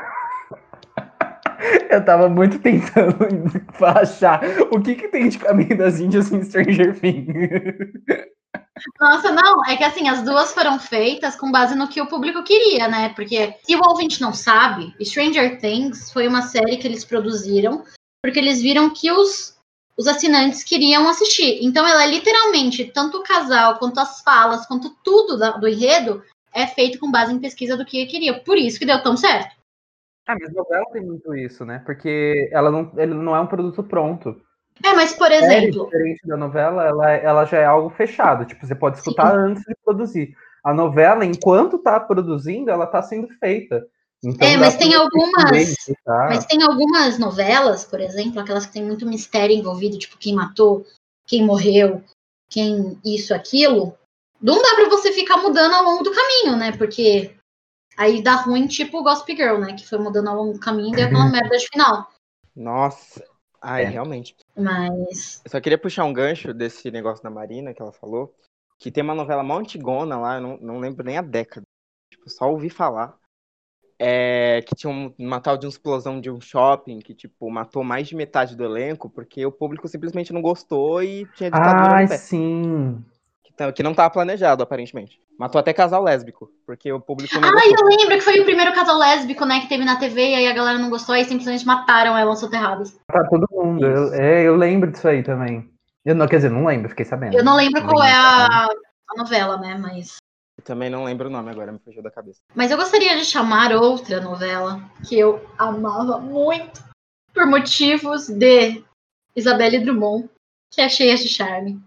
[SPEAKER 3] Eu tava muito tentando achar o que tem de Caminho das Índias em Stranger Things.
[SPEAKER 1] Nossa, não, é que assim, as duas foram feitas com base no que o público queria, né? Porque se o ouvinte não sabe, Stranger Things foi uma série que eles produziram porque eles viram que os assinantes queriam assistir. Então ela é literalmente, tanto o casal, quanto as falas, quanto tudo do enredo é feito com base em pesquisa do que queria. Por isso que deu tão certo.
[SPEAKER 3] Mas novela tem muito isso, né? Porque ele não é um produto pronto.
[SPEAKER 1] Mas por exemplo...
[SPEAKER 3] Diferente da novela, ela já é algo fechado. Tipo, você pode escutar antes de produzir. A novela, enquanto tá produzindo, ela tá sendo feita. Então,
[SPEAKER 1] mas tem algumas novelas, por exemplo, aquelas que tem muito mistério envolvido, tipo quem matou, quem morreu, quem isso, aquilo. Não dá pra você ficar mudando ao longo do caminho, né? Porque aí dá ruim, tipo o Gossip Girl, né? Que foi mudando ao longo do caminho e deu aquela merda de final.
[SPEAKER 2] Nossa. Realmente.
[SPEAKER 1] Mas...
[SPEAKER 2] Eu só queria puxar um gancho desse negócio da Marina, que ela falou, que tem uma novela mó antigona lá, eu não lembro nem a década. Tipo, só ouvi falar, que tinha uma tal de uma explosão de um shopping que, tipo, matou mais de metade do elenco, porque o público simplesmente não gostou e tinha ditadura no pé.
[SPEAKER 3] Sim.
[SPEAKER 2] Que não tava planejado, aparentemente. Matou até casal lésbico, porque o público não
[SPEAKER 1] gostou.
[SPEAKER 2] Eu
[SPEAKER 1] lembro que foi o primeiro casal lésbico, né, que teve na TV, e aí a galera não gostou, e simplesmente mataram elas soterradas.
[SPEAKER 3] Pra todo mundo. Eu lembro disso aí também. Quer dizer, não lembro, fiquei sabendo.
[SPEAKER 1] Eu não lembro qual é a novela, né, mas...
[SPEAKER 2] Eu também não lembro o nome agora, me fugiu da cabeça.
[SPEAKER 1] Mas eu gostaria de chamar outra novela que eu amava muito, por motivos de Isabelle Drummond, que é Cheia de Charme.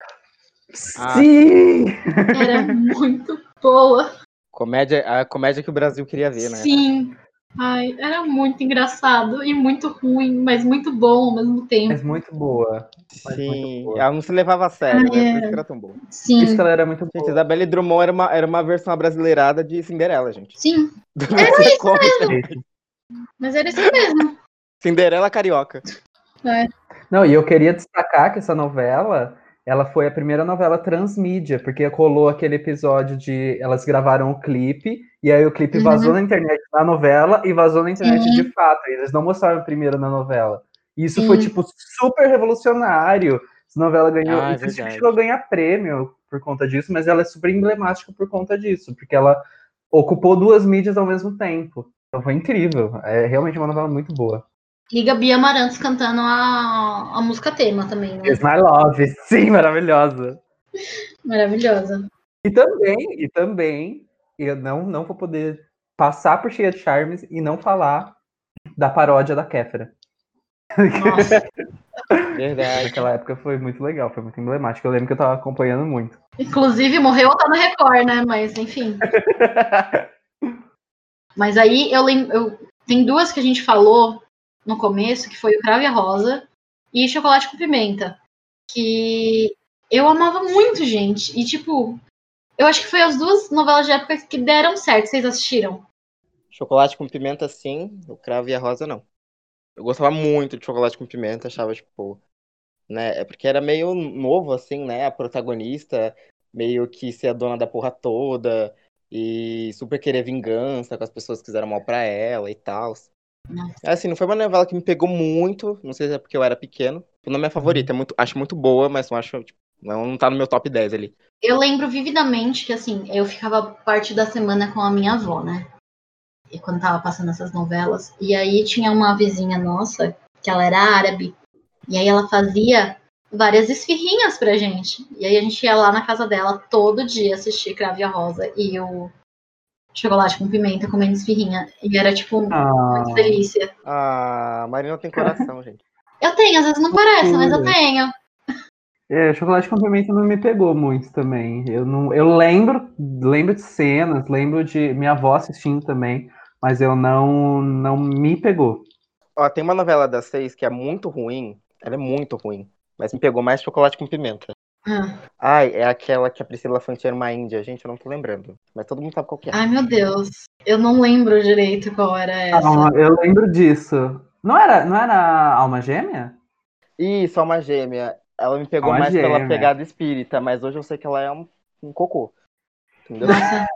[SPEAKER 3] Sim!
[SPEAKER 1] Era muito boa.
[SPEAKER 2] A comédia que o Brasil queria ver, né?
[SPEAKER 1] Sim. Ai, era muito engraçado e muito ruim, mas muito bom ao mesmo tempo.
[SPEAKER 3] Mas muito boa.
[SPEAKER 2] Sim, ela não se levava a sério, né? Por isso que era tão boa.
[SPEAKER 1] Sim.
[SPEAKER 3] Isso que ela era muito boa.
[SPEAKER 2] Gente, Isabelle Drummond era uma versão abrasileirada de Cinderela, gente.
[SPEAKER 1] Sim. Era isso mesmo. Mas era isso mesmo.
[SPEAKER 2] Cinderela carioca.
[SPEAKER 3] Não, e eu queria destacar que essa novela, ela foi a primeira novela transmídia, porque rolou aquele episódio de... Elas gravaram o clipe, e aí o clipe vazou na internet na novela e vazou na internet de fato. Eles não mostraram primeiro na novela. E isso foi, tipo, super revolucionário. Essa novela ganhou... Não sei se chegou a ganhar prêmio por conta disso, mas ela é super emblemática por conta disso, porque ela ocupou duas mídias ao mesmo tempo. Então foi incrível. É realmente uma novela muito boa.
[SPEAKER 1] E Gabi Amarantos cantando a música tema também, né?
[SPEAKER 3] Is My Love, sim, maravilhosa.
[SPEAKER 1] Maravilhosa.
[SPEAKER 3] E também, eu não vou poder passar por Cheia de Charmes e não falar da paródia da Kéfera.
[SPEAKER 1] Nossa.
[SPEAKER 2] Verdade.
[SPEAKER 3] Naquela época foi muito legal, foi muito emblemático. Eu lembro que eu tava acompanhando muito.
[SPEAKER 1] Inclusive, morreu ou tá no Record, né? Mas, enfim. Mas aí, tem duas que a gente falou no começo, que foi o Cravo e a Rosa e Chocolate com Pimenta, que eu amava muito, gente. E, tipo, eu acho que foi as duas novelas de época que deram certo. Vocês assistiram?
[SPEAKER 2] Chocolate com Pimenta, sim. O Cravo e a Rosa, não. Eu gostava muito de Chocolate com Pimenta, achava, tipo... né? É porque era meio novo, assim, né? A protagonista meio que ser a dona da porra toda e super querer vingança com as pessoas que fizeram mal pra ela e tal. Assim, não foi uma novela que me pegou muito, não sei se é porque eu era pequeno. Não é minha favorita, acho muito boa, mas não acho, tipo, não tá no meu top 10 ali.
[SPEAKER 1] Eu lembro vividamente que, assim, eu ficava parte da semana com a minha avó, né? E quando tava passando essas novelas. E aí tinha uma vizinha nossa, que ela era árabe. E aí ela fazia várias esfirrinhas pra gente. E aí a gente ia lá na casa dela todo dia assistir Cravo e a Rosa e o Chocolate com Pimenta comendo esfirrinha. E era, tipo, muito delícia.
[SPEAKER 2] A Marina tem coração, gente.
[SPEAKER 1] Eu tenho, às vezes não parece, mas eu tenho.
[SPEAKER 3] Chocolate com Pimenta não me pegou muito também. Eu lembro de cenas, lembro de minha avó assistindo também, mas eu não me pegou.
[SPEAKER 2] Ó, tem uma novela das 6 que é muito ruim, ela é muito ruim, mas me pegou mais Chocolate com Pimenta. Ai, é aquela que a Priscila Fantin era uma índia, gente, eu não tô lembrando, mas todo mundo sabe qual que é.
[SPEAKER 1] Ai, meu Deus, eu não lembro direito qual era essa.
[SPEAKER 3] Eu lembro disso. Não era Alma Gêmea?
[SPEAKER 2] Isso, Alma Gêmea. Ela me pegou mais pela pegada espírita, mas hoje eu sei que ela é um cocô. Entendeu?
[SPEAKER 1] Nossa.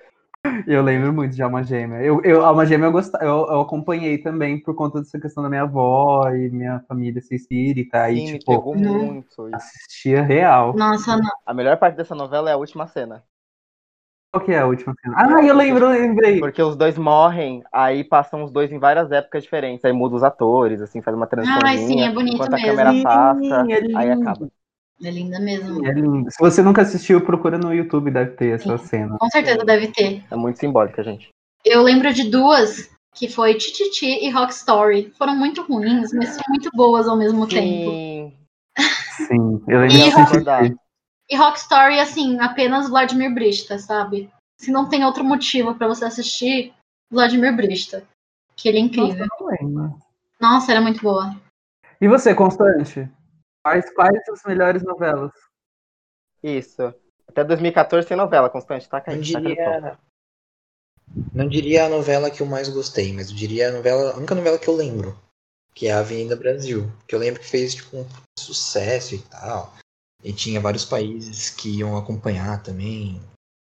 [SPEAKER 3] Eu lembro muito de Alma Gêmea. Alma Gêmea eu acompanhei também por conta dessa questão da minha avó e minha família ser espírita. Sim,
[SPEAKER 2] me pegou muito.
[SPEAKER 3] Assistia real.
[SPEAKER 1] Nossa, não.
[SPEAKER 2] A melhor parte dessa novela é a última cena.
[SPEAKER 3] Qual que é a última cena? Eu lembrei.
[SPEAKER 2] Porque os dois morrem, aí passam os dois em várias épocas diferentes. Aí muda os atores, assim, faz uma transiçãozinha.
[SPEAKER 1] Ai, sim, é bonito
[SPEAKER 2] enquanto
[SPEAKER 1] mesmo.
[SPEAKER 2] A câmera passa, aí acaba.
[SPEAKER 1] É linda mesmo.
[SPEAKER 3] É lindo. Se você nunca assistiu, procura no YouTube, deve ter essa cena.
[SPEAKER 1] Com certeza deve ter.
[SPEAKER 2] É muito simbólica, gente.
[SPEAKER 1] Eu lembro de duas, que foi Tititi e Rock Story. Foram muito ruins, mas são muito boas ao mesmo tempo.
[SPEAKER 3] Sim, eu lembro de
[SPEAKER 2] concordar.
[SPEAKER 1] E Rock Story, assim, apenas Vladimir Brista, sabe? Se não tem outro motivo pra você assistir, Vladimir Brista. Que ele é incrível. Nossa, era muito boa.
[SPEAKER 3] E você, Constante? Quais as melhores novelas?
[SPEAKER 2] Isso. Até 2014 tem novela, Constante, tá caindo.
[SPEAKER 4] Não diria a novela que eu mais gostei, mas eu diria a única novela que eu lembro, que é a Avenida Brasil. Que eu lembro que fez tipo, um sucesso e tal. E tinha vários países que iam acompanhar também.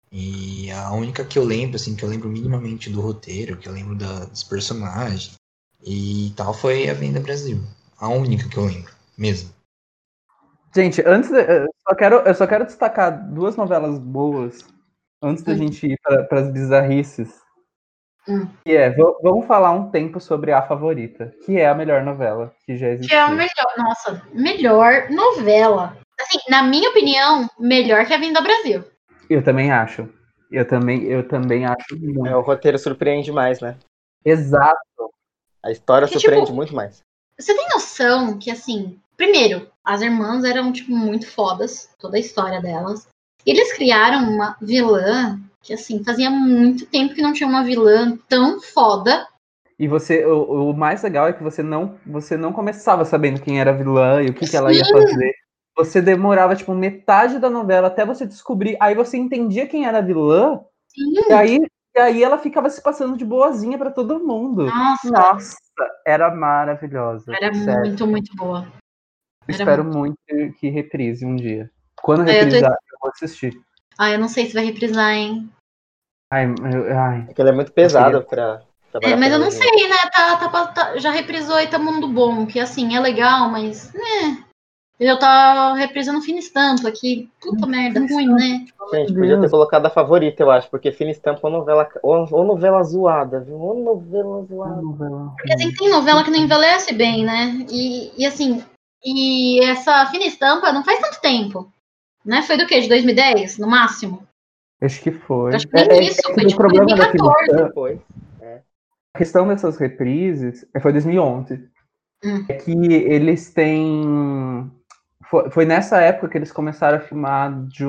[SPEAKER 4] E a única que eu lembro, assim, que eu lembro minimamente do roteiro, que eu lembro dos personagens e tal, foi Avenida Brasil. A única que eu lembro, mesmo.
[SPEAKER 3] Gente, eu só quero destacar 2 novelas boas antes da gente ir para as bizarrices. Que vamos falar um tempo sobre A Favorita, que é a melhor novela que já existiu.
[SPEAKER 1] Que é a melhor, nossa, melhor novela. Assim, na minha opinião, melhor que Avenida Brasil.
[SPEAKER 3] Eu também acho. Eu também acho muito.
[SPEAKER 2] O roteiro surpreende mais, né?
[SPEAKER 3] Exato.
[SPEAKER 2] A história surpreende muito mais.
[SPEAKER 1] Você tem noção que, assim, primeiro, as irmãs eram, tipo, muito fodas, toda a história delas. E eles criaram uma vilã que, assim, fazia muito tempo que não tinha uma vilã tão foda.
[SPEAKER 3] E o mais legal é que você não começava sabendo quem era a vilã e o que ela ia fazer. Você demorava, tipo, metade da novela até você descobrir. Aí você entendia quem era a vilã.
[SPEAKER 1] Sim.
[SPEAKER 3] E aí ela ficava se passando de boazinha pra todo mundo. Nossa, era maravilhosa.
[SPEAKER 1] Era sério. Muito, muito boa.
[SPEAKER 3] Espero muito que reprise um dia. Quando reprisar, eu vou assistir.
[SPEAKER 1] Eu não sei se vai reprisar, hein?
[SPEAKER 2] Porque ela é muito pesada pra...
[SPEAKER 1] mas eu não sei, né? Já reprisou e tá Mundo Bom, que assim, é legal, mas. Eu tava reprisando Fina Estampa aqui. Puta merda, ruim, né?
[SPEAKER 2] Gente, podia ter colocado A Favorita, eu acho, porque Fina Estampa é uma novela zoada, viu? Uma novela zoada.
[SPEAKER 1] Porque assim, tem novela que não envelhece bem, né? E assim, e essa Fina Estampa não faz tanto tempo. Né? Foi do quê? De 2010, no máximo?
[SPEAKER 3] Acho que foi.
[SPEAKER 1] Acho que nem isso, foi tipo 2014.
[SPEAKER 2] Foi.
[SPEAKER 3] A questão dessas reprises foi 2011. É que eles têm... Foi nessa época que eles começaram a filmar de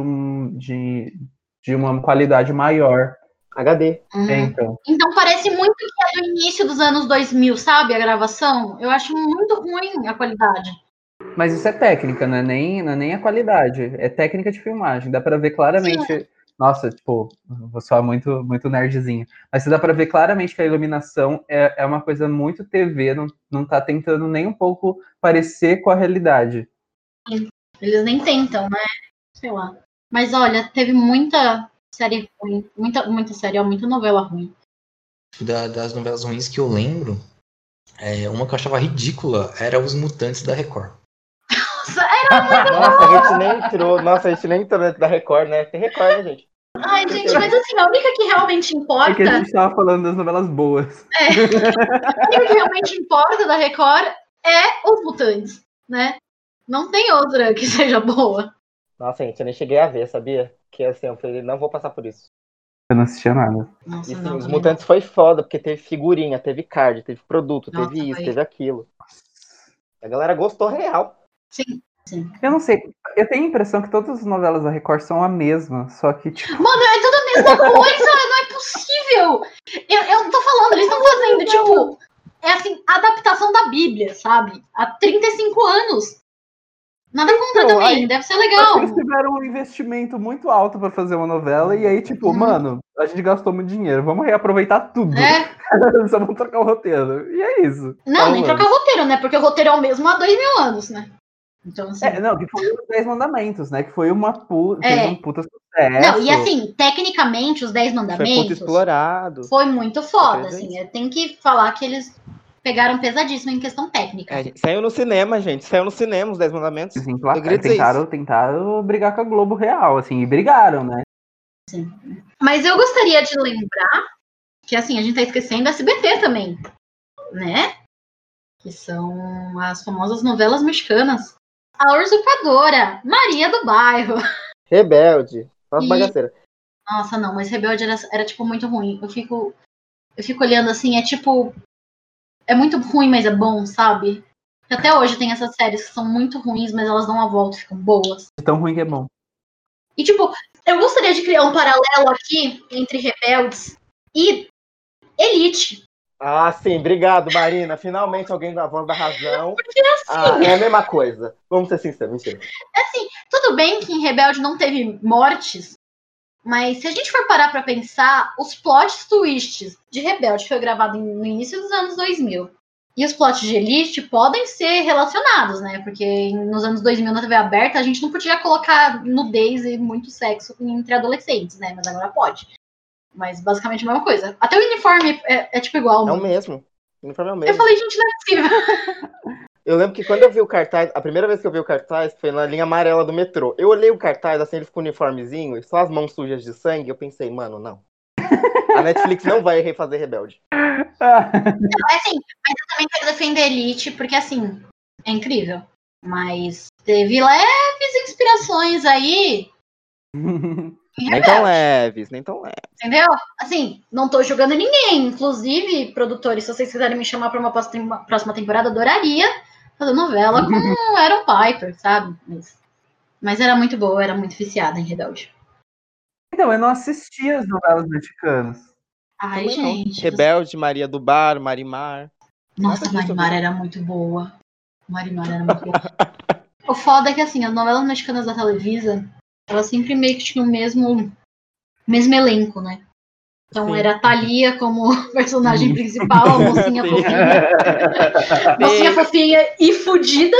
[SPEAKER 3] uma qualidade maior.
[SPEAKER 2] HD.
[SPEAKER 1] Então parece muito que é do início dos anos 2000, sabe? A gravação. Eu acho muito ruim a qualidade.
[SPEAKER 3] Mas isso é técnica, não é nem a qualidade. É técnica de filmagem. Dá pra ver claramente... Sim. Nossa, tipo, vou soar muito, muito nerdzinho. Mas dá pra ver claramente que a iluminação é uma coisa muito TV, não tá tentando nem um pouco parecer com a realidade.
[SPEAKER 1] Sim. Eles nem tentam, né? Sei lá. Mas olha, teve muita série ruim, muita série, muita novela ruim.
[SPEAKER 4] Das novelas ruins que eu lembro, uma que eu achava ridícula era Os Mutantes da Record.
[SPEAKER 1] Nossa, era muito
[SPEAKER 2] Nossa, a gente nem entrou dentro da Record, né? Tem Record, né, gente?
[SPEAKER 1] Ai, gente, mas assim, a única que realmente importa...
[SPEAKER 3] É que a gente tava falando das novelas boas.
[SPEAKER 1] A única que realmente importa da Record é Os Mutantes, né? Não tem outra que seja boa.
[SPEAKER 2] Nossa, gente, eu nem cheguei a ver, sabia? Que assim, eu falei, não vou passar por isso.
[SPEAKER 3] Eu não assistia nada.
[SPEAKER 1] Nossa,
[SPEAKER 2] e sim, Os Mutantes foi foda, porque teve figurinha, teve card, teve produto, teve isso, teve aquilo. A galera gostou real.
[SPEAKER 1] Sim.
[SPEAKER 3] Eu não sei, eu tenho a impressão que todas as novelas da Record são a mesma, só que tipo...
[SPEAKER 1] Mano, é tudo a mesma coisa, não é possível! Eu tô falando, eles estão fazendo, tipo, é assim, adaptação da Bíblia, sabe? Há 35 anos. Nada contra também, deve ser legal.
[SPEAKER 3] Eles tiveram um investimento muito alto pra fazer uma novela, e aí, tipo, mano, a gente gastou muito dinheiro, vamos reaproveitar tudo. Só vamos trocar o roteiro. E é isso.
[SPEAKER 1] Não, nem trocar o roteiro, né? Porque o roteiro é o mesmo há 2000 anos, né? Então, assim...
[SPEAKER 3] que foi os 10 Mandamentos, né? Que foi fez um puta sucesso.
[SPEAKER 1] Não, e assim, tecnicamente, os 10 Mandamentos...
[SPEAKER 2] Foi muito explorado.
[SPEAKER 1] Foi muito foda, assim. Tem que falar que eles pegaram pesadíssimo em questão técnica.
[SPEAKER 2] Saiu no cinema, gente. Saiu no cinema, os 10 Mandamentos.
[SPEAKER 3] Sim, claro. Tentaram brigar com a Globo Real, assim, e brigaram, né?
[SPEAKER 1] Sim. Mas eu gostaria de lembrar que, assim, a gente tá esquecendo a SBT também, né? Que são as famosas novelas mexicanas. A Usurpadora, Maria do Bairro.
[SPEAKER 2] Rebelde. Nossa, bagaceira.
[SPEAKER 1] Nossa, não, mas Rebelde era tipo, muito ruim. Eu fico olhando assim, é tipo... É muito ruim, mas é bom, sabe? Até hoje tem essas séries que são muito ruins, mas elas dão uma volta e ficam boas.
[SPEAKER 3] Tão ruim que é bom.
[SPEAKER 1] E, tipo, eu gostaria de criar um paralelo aqui entre Rebeldes e Elite.
[SPEAKER 2] Ah, sim, obrigado, Marina. Finalmente alguém dá a voz da razão.
[SPEAKER 1] Porque, assim...
[SPEAKER 2] é a mesma coisa. Vamos ser sinceros, mentira.
[SPEAKER 1] Assim, tudo bem que em Rebelde não teve mortes, mas se a gente for parar pra pensar, os plot twists de Rebelde foi gravado no início dos anos 2000. E os plots de Elite podem ser relacionados, né? Porque nos anos 2000, na TV aberta, a gente não podia colocar nudez e muito sexo entre adolescentes, né? Mas agora pode. Mas basicamente a mesma coisa. Até o uniforme é tipo igual,
[SPEAKER 2] É
[SPEAKER 1] mano.
[SPEAKER 2] o mesmo. O uniforme é o mesmo.
[SPEAKER 1] Eu falei, gente, não é possível.
[SPEAKER 2] Eu lembro que quando eu vi o cartaz, a primeira vez que eu vi o cartaz foi na linha amarela do metrô. Eu olhei o cartaz, assim, eles com o uniformezinho e só as mãos sujas de sangue, eu pensei, mano, não. A Netflix não vai refazer Rebelde.
[SPEAKER 1] Assim, mas eu também quero defender Elite, porque assim, é incrível. Mas teve leves inspirações aí.
[SPEAKER 2] Nem tão leves, nem tão leves.
[SPEAKER 1] Entendeu? Assim, não tô julgando ninguém. Inclusive, produtores, se vocês quiserem me chamar pra uma próxima temporada, adoraria fazer novela com Aaron Piper, sabe? Mas era muito boa, era muito viciada em Rebelde.
[SPEAKER 3] Então, eu não assisti as novelas mexicanas.
[SPEAKER 1] Ai,
[SPEAKER 2] Também
[SPEAKER 1] gente.
[SPEAKER 2] não. Rebelde, Maria do Bar, Marimar.
[SPEAKER 1] Nossa, Marimar era muito boa. Marimar era muito boa. O foda é que, assim, as novelas mexicanas da Televisa, elas sempre meio que tinham o mesmo elenco, né? Então Sim. Era a Thalia como personagem principal, a mocinha fofinha. Mocinha fofinha e fudida.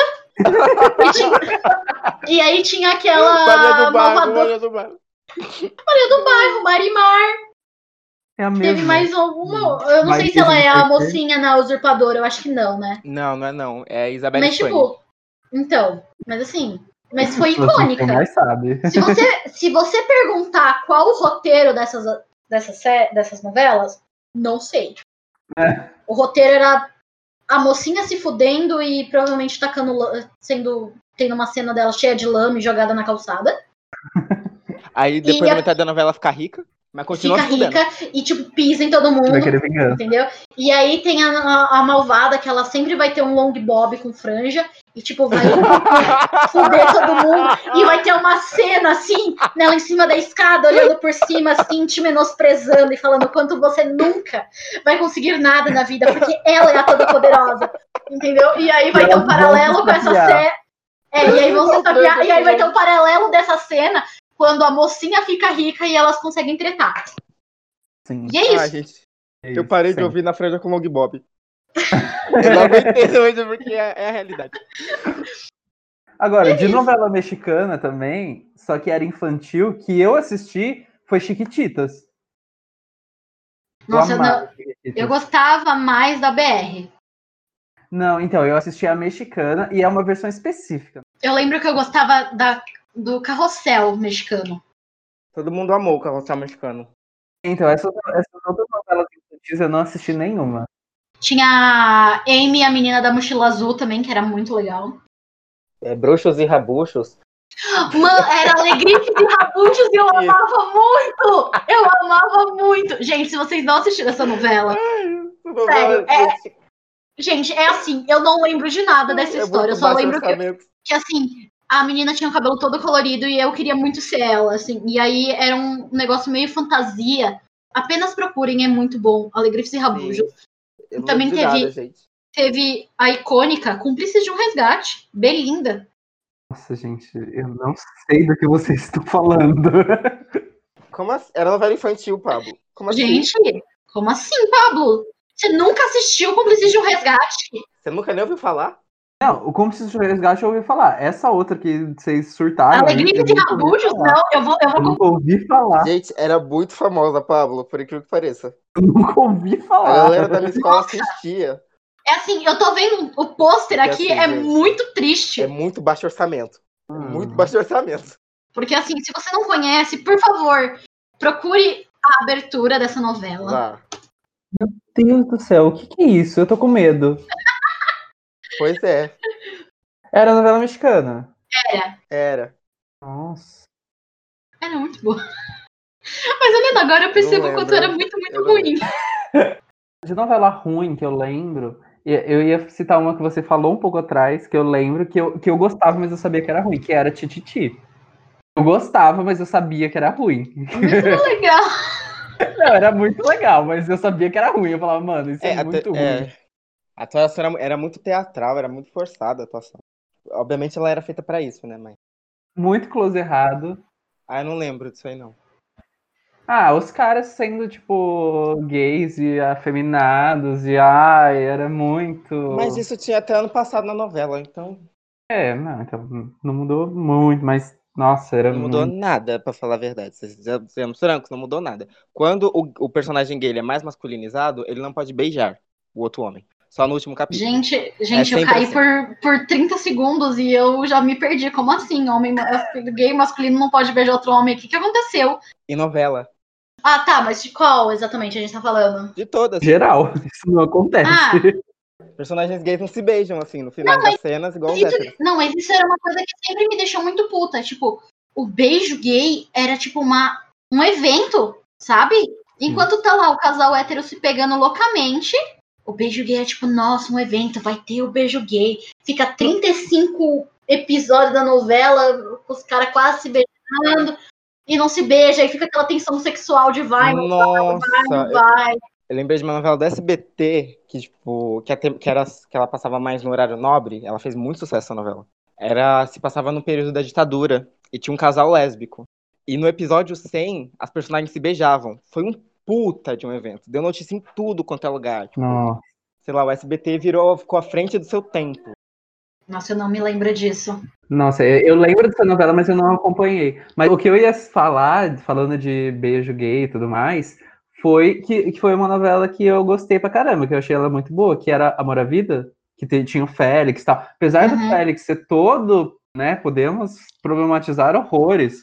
[SPEAKER 1] E aí tinha aquela
[SPEAKER 2] Maria do Bairro.
[SPEAKER 1] Maria do Bairro, Marimar.
[SPEAKER 3] É a mesma.
[SPEAKER 1] Teve mais alguma. Eu não sei se ela é a mocinha na Usurpadora, eu acho que não, né?
[SPEAKER 2] Não, não é não. É a Isabelle
[SPEAKER 1] Mas, tipo, então, mas assim, mas foi
[SPEAKER 3] Você
[SPEAKER 1] icônica.
[SPEAKER 3] mais sabe.
[SPEAKER 1] Se você perguntar qual o roteiro dessas novelas, não sei. O roteiro era a mocinha se fudendo e provavelmente tendo uma cena dela cheia de lama e jogada na calçada.
[SPEAKER 2] Aí depois da metade da novela fica rica, mas continua
[SPEAKER 1] fica rica e tipo pisa em todo mundo, entendeu? E aí tem a malvada que ela sempre vai ter um long bob com franja e tipo vai fuder todo mundo e vai ter uma cena assim, nela em cima da escada, olhando por cima assim, te menosprezando e falando quanto você nunca vai conseguir nada na vida, porque ela é a toda poderosa, entendeu? E aí vai ter um paralelo com essa cena. E aí vão se tapear, e aí vai ter um paralelo dessa cena quando a mocinha fica rica e elas conseguem tretar.
[SPEAKER 3] Sim.
[SPEAKER 1] E é isso.
[SPEAKER 2] Gente, eu parei de ouvir na franja com o Long Bob. Eu não aguentei hoje porque é a realidade.
[SPEAKER 3] Agora, de novela mexicana também, só que era infantil, que eu assisti, foi Chiquititas.
[SPEAKER 1] Nossa, eu gostava mais da BR.
[SPEAKER 3] Não, então, eu assisti a mexicana e é uma versão específica.
[SPEAKER 1] Eu lembro que eu gostava do Carrossel mexicano.
[SPEAKER 2] Todo mundo amou o Carrossel mexicano.
[SPEAKER 3] Então, essas outras novelas infantis eu não assisti nenhuma.
[SPEAKER 1] Tinha a Amy, a menina da mochila azul também, que era muito legal.
[SPEAKER 2] Bruxos e Rabuchos.
[SPEAKER 1] Mano, era Alegrices e Rabuchos e eu amava muito! Eu amava muito! Gente, se vocês não assistiram essa novela, sério, gente, é assim, eu não lembro de nada dessa história, eu só lembro que assim, a menina tinha o cabelo todo colorido e eu queria muito ser ela, assim, e aí era um negócio meio fantasia. Apenas procurem, é muito bom. Alegrices e Rabuchos. Também teve a icônica Cúmplices de um Resgate, Belinda.
[SPEAKER 3] Nossa, gente, eu não sei do que vocês estão falando.
[SPEAKER 2] Como assim? Era novela infantil, Pablo. Como assim?
[SPEAKER 1] Gente, como assim, Pablo? Você nunca assistiu Cúmplices de um Resgate?
[SPEAKER 2] Você nunca nem ouviu falar?
[SPEAKER 3] Não, o Cúmplices de um Resgate eu ouvi falar. Essa outra que vocês surtaram.
[SPEAKER 1] Alegrices e Rabuchos? Não, eu vou
[SPEAKER 3] nunca ouvi falar.
[SPEAKER 2] Gente, era muito famosa, Pablo, por incrível que pareça.
[SPEAKER 3] Eu nunca ouvi falar.
[SPEAKER 2] A galera da minha escola assistia.
[SPEAKER 1] É assim, eu tô vendo o pôster aqui, assim, gente, muito triste.
[SPEAKER 2] É muito baixo orçamento. Muito baixo orçamento.
[SPEAKER 1] Porque assim, se você não conhece, por favor, procure a abertura dessa novela.
[SPEAKER 3] Meu Deus do céu, o que é isso? Eu tô com medo.
[SPEAKER 2] Pois é.
[SPEAKER 3] Era novela mexicana?
[SPEAKER 2] Era.
[SPEAKER 3] Nossa.
[SPEAKER 1] Era muito boa. Mas olhando agora, eu percebo o quanto era muito ruim.
[SPEAKER 3] De novela ruim que eu lembro, eu ia citar uma que você falou um pouco atrás, que eu lembro que eu gostava, mas eu sabia que era ruim, que era Tititi. Eu gostava, mas eu sabia que era ruim.
[SPEAKER 1] Muito legal.
[SPEAKER 3] Não, era muito legal, mas eu sabia que era ruim. Eu falava, mano, isso é muito ruim.
[SPEAKER 2] A atuação era muito teatral, era muito forçada a atuação. Obviamente ela era feita pra isso, né, mãe?
[SPEAKER 3] Muito close errado.
[SPEAKER 2] Eu não lembro disso aí, não.
[SPEAKER 3] Os caras sendo, tipo, gays e afeminados, e ai, era muito.
[SPEAKER 2] Mas isso tinha até ano passado na novela, então.
[SPEAKER 3] Não, então não mudou muito, mas, nossa, era
[SPEAKER 2] Não mudou
[SPEAKER 3] muito.
[SPEAKER 2] nada, pra falar a verdade. Sejamos francos, não mudou nada. Quando o personagem gay ele é mais masculinizado, ele não pode beijar o outro homem. Só no último capítulo.
[SPEAKER 1] Gente, eu
[SPEAKER 2] sempre
[SPEAKER 1] caí
[SPEAKER 2] assim.
[SPEAKER 1] por 30 segundos e eu já me perdi. Como assim? Homem gay masculino não pode beijar outro homem? O que aconteceu?
[SPEAKER 2] Em novela.
[SPEAKER 1] Ah, tá, mas de qual exatamente a gente tá falando?
[SPEAKER 2] De todas.
[SPEAKER 3] Geral, isso não acontece.
[SPEAKER 2] Personagens gays não se beijam, assim, no final das cenas, igual os héteros.
[SPEAKER 1] Não, mas isso era uma coisa que sempre me deixou muito puta. Tipo, o beijo gay era tipo um evento, sabe? Enquanto tá lá o casal hétero se pegando loucamente, o beijo gay é tipo, nossa, um evento, vai ter o beijo gay. Fica 35 episódios da novela, os caras quase se beijando e não se beija, aí fica aquela tensão sexual de vai, não
[SPEAKER 2] Nossa,
[SPEAKER 1] vai, não vai.
[SPEAKER 2] Eu lembrei de uma novela do SBT, que, tipo, que ela passava mais no horário nobre. Ela fez muito sucesso essa novela. Se passava no período da ditadura e tinha um casal lésbico. E no episódio 100, as personagens se beijavam. Foi um puta de um evento. Deu notícia em tudo quanto é lugar. Tipo, sei lá, o SBT ficou à frente do seu tempo.
[SPEAKER 1] Nossa, eu não me lembro disso.
[SPEAKER 3] Nossa, eu lembro dessa novela, mas eu não acompanhei. Mas o que eu ia falar, falando de beijo gay e tudo mais, foi que foi uma novela que eu gostei pra caramba, que eu achei ela muito boa, que era Amor à Vida, que tinha o Félix e tal. Apesar do Félix ser todo, né, podemos problematizar horrores,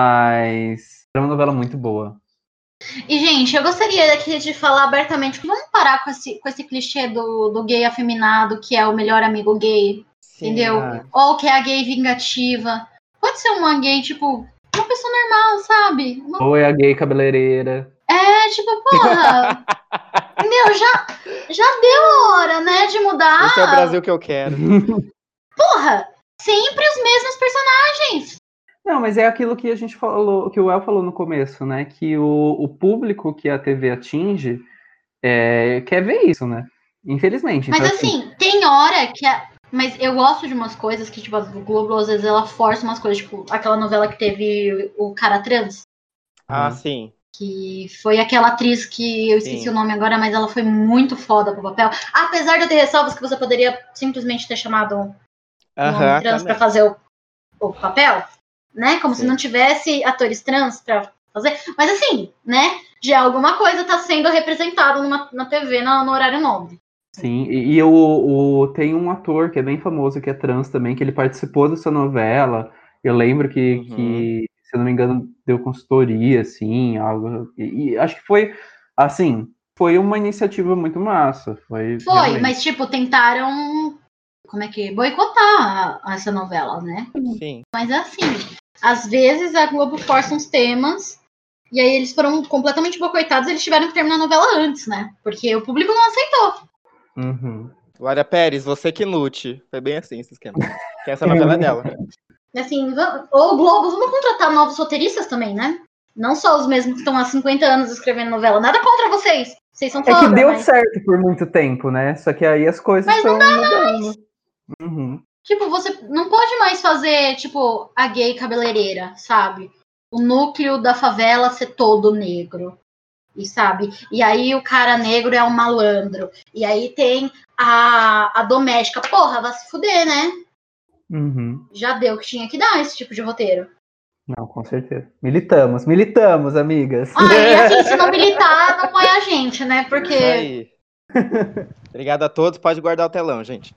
[SPEAKER 3] mas era uma novela muito boa.
[SPEAKER 1] E, gente, eu gostaria aqui de falar abertamente que vamos parar com esse clichê do gay afeminado, que é o melhor amigo gay, sim, entendeu? Ou que é a gay vingativa. Pode ser uma gay, tipo, uma pessoa normal, sabe?
[SPEAKER 3] Ou é a gay cabeleireira.
[SPEAKER 1] Tipo, porra, entendeu? Já deu a hora, né, de mudar.
[SPEAKER 2] Esse é o Brasil que eu quero.
[SPEAKER 1] Porra, sempre os mesmos personagens.
[SPEAKER 3] Não, mas é aquilo que a gente falou, que o El falou no começo, né? Que o público que a TV atinge quer ver isso, né? Infelizmente.
[SPEAKER 1] Mas
[SPEAKER 3] então,
[SPEAKER 1] assim, tem hora que Mas eu gosto de umas coisas que, tipo, a Globo, às vezes, ela força umas coisas, tipo, aquela novela que teve o cara trans.
[SPEAKER 2] Sim.
[SPEAKER 1] Que foi aquela atriz que eu esqueci o nome agora, mas ela foi muito foda pro papel. Apesar de eu ter ressalvas que você poderia simplesmente ter chamado um homem trans pra fazer o papel, né? Como se não tivesse atores trans pra fazer. Mas assim, né? Já alguma coisa tá sendo representado na TV no horário nobre.
[SPEAKER 3] Sim, e tem um ator que é bem famoso, que é trans também, que ele participou dessa novela. Eu lembro que se eu não me engano, deu consultoria, assim, algo. E acho que foi, assim, foi uma iniciativa muito massa. Foi,
[SPEAKER 1] mas, tipo, tentaram, boicotar essa novela, né?
[SPEAKER 2] Sim.
[SPEAKER 1] Mas, assim, às vezes a Globo força uns temas e aí eles foram completamente boicotados e eles tiveram que terminar a novela antes, né? Porque o público não aceitou.
[SPEAKER 2] Glória Pérez, você que lute. Foi bem assim esse esquema. Que essa novela é dela.
[SPEAKER 1] Assim, ô Globo, vamos contratar novos roteiristas também, né? Não só os mesmos que estão há 50 anos escrevendo novela. Nada contra vocês. Vocês são foda,
[SPEAKER 3] que deu certo por muito tempo, né? Só que aí as coisas
[SPEAKER 1] mas
[SPEAKER 3] foram
[SPEAKER 1] mudando. Mais. Tipo, você não pode mais fazer, tipo, a gay cabeleireira, sabe? O núcleo da favela ser todo negro. E sabe? E aí o cara negro é um malandro. E aí tem a doméstica. Porra, vai se fuder, né? Já deu que tinha que dar esse tipo de roteiro.
[SPEAKER 3] Não, com certeza. Militamos, amigas.
[SPEAKER 1] E assim, se não militar, não é a gente, né? Porque...
[SPEAKER 2] Isso aí. Obrigado a todos. Pode guardar o telão, gente.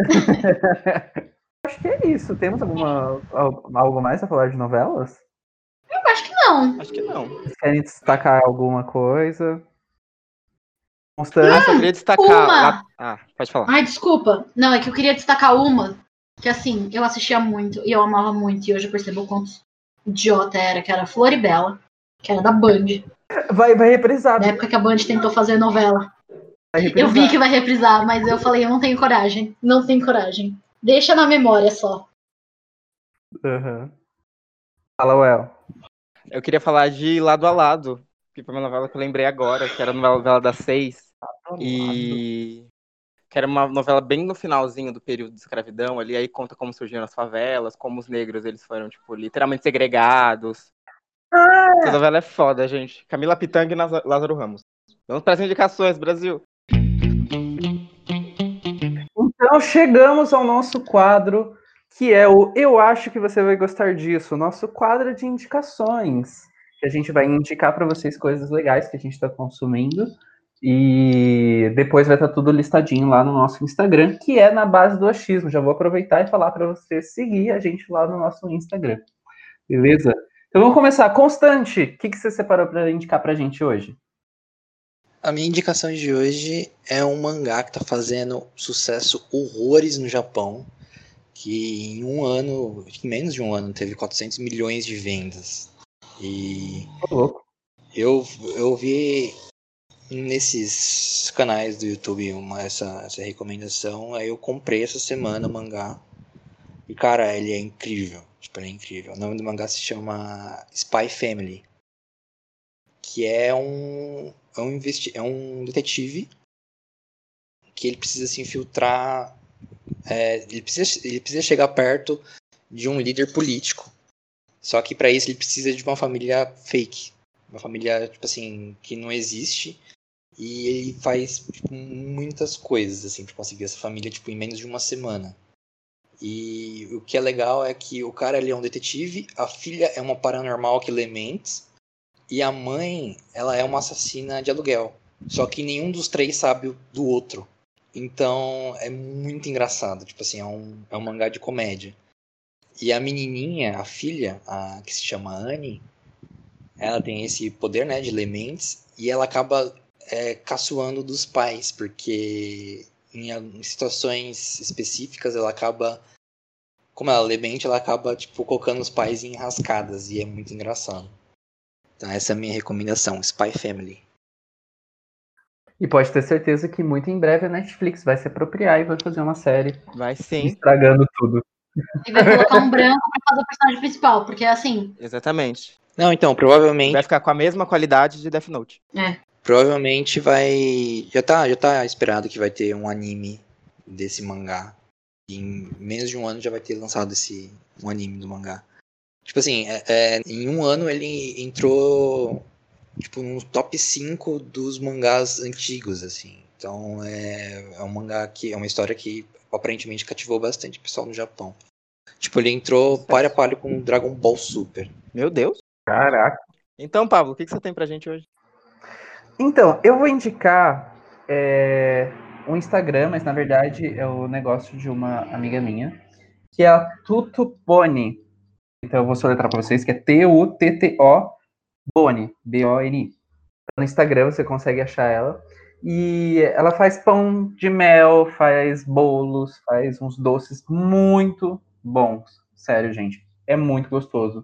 [SPEAKER 3] Acho que é isso. Temos algo mais a falar de novelas?
[SPEAKER 1] Eu acho que não.
[SPEAKER 2] Acho que não.
[SPEAKER 3] Vocês querem destacar alguma coisa?
[SPEAKER 2] Eu só queria destacar... pode falar.
[SPEAKER 1] Ai, desculpa. Não, é que eu queria destacar uma que, assim, eu assistia muito e eu amava muito. E hoje eu percebo o quanto idiota era, que era Floribela, que era da Band.
[SPEAKER 3] Vai reprisar.
[SPEAKER 1] Na época que a Band tentou fazer novela. Eu vi que vai reprisar, mas eu falei, eu não tenho coragem. Não tenho coragem. Deixa na memória só.
[SPEAKER 3] Fala, Well.
[SPEAKER 2] Eu queria falar de Lado a Lado, que foi uma novela que eu lembrei agora, que era a novela das 6. E que era uma novela bem no finalzinho do período de escravidão ali, aí conta como surgiram as favelas, como os negros eles foram, tipo, literalmente segregados. Essa novela é foda, gente. Camila Pitanga e Lázaro Ramos. Vamos para as indicações, Brasil.
[SPEAKER 3] Então chegamos ao nosso quadro, que é o Eu Acho Que Você Vai Gostar Disso, nosso quadro de indicações, que a gente vai indicar para vocês coisas legais que a gente está consumindo, e depois vai estar tudo listadinho lá no nosso Instagram, que é na base do achismo. Já vou aproveitar e falar para você seguir a gente lá no nosso Instagram, beleza? Então vamos começar. Constante, o que você separou para indicar para a gente hoje?
[SPEAKER 4] A minha indicação de hoje é um mangá que tá fazendo sucesso horrores no Japão, que em um ano, em menos de um ano, teve 400 milhões de vendas. E eu vi nesses canais do YouTube essa recomendação, aí eu comprei essa semana o mangá. E cara, ele é incrível, tipo, ele é incrível. O nome do mangá se chama Spy Family, que é um detetive que ele precisa se infiltrar, ele precisa chegar perto de um líder político. Só que para isso ele precisa de uma família fake, uma família tipo assim que não existe, e ele faz tipo, muitas coisas assim para conseguir essa família tipo em menos de uma semana. E o que é legal é que o cara ele é um detetive, a filha é uma paranormal que lê mentes, e a mãe, ela é uma assassina de aluguel. Só que nenhum dos três sabe do outro. Então, é muito engraçado. Tipo assim, é um mangá de comédia. E a menininha, a filha, que se chama Annie, ela tem esse poder, né, de ler mentes. E ela acaba caçoando dos pais. Porque em situações específicas, ela acaba... Como ela lê mente, ela acaba, tipo, colocando os pais em enrascadas. E é muito engraçado. Então essa é a minha recomendação, Spy Family.
[SPEAKER 3] E pode ter certeza que muito em breve a Netflix vai se apropriar e vai fazer uma série.
[SPEAKER 2] Vai sim.
[SPEAKER 3] Estragando tudo.
[SPEAKER 1] E vai colocar um branco pra fazer o personagem principal, porque é assim...
[SPEAKER 2] Exatamente.
[SPEAKER 4] Não, então, provavelmente...
[SPEAKER 2] Vai ficar com a mesma qualidade de Death Note.
[SPEAKER 4] Provavelmente vai... Já tá esperado que vai ter um anime desse mangá. Em menos de um ano já vai ter lançado um anime do mangá. Tipo assim, em um ano ele entrou tipo no top 5 dos mangás antigos, assim. Então é um mangá que é uma história que aparentemente cativou bastante o pessoal no Japão. Tipo, ele entrou páreo a páreo com Dragon Ball Super.
[SPEAKER 2] Meu Deus.
[SPEAKER 3] Caraca.
[SPEAKER 2] Então, Pablo, o que você tem pra gente hoje?
[SPEAKER 3] Então, eu vou indicar um Instagram, mas na verdade é o negócio de uma amiga minha, que é a Tutupone. Então eu vou soletrar para vocês, que é Tutto Boni, B-O-N-I. No Instagram você consegue achar ela. E ela faz pão de mel, faz bolos, faz uns doces muito bons. Sério, gente. É muito gostoso.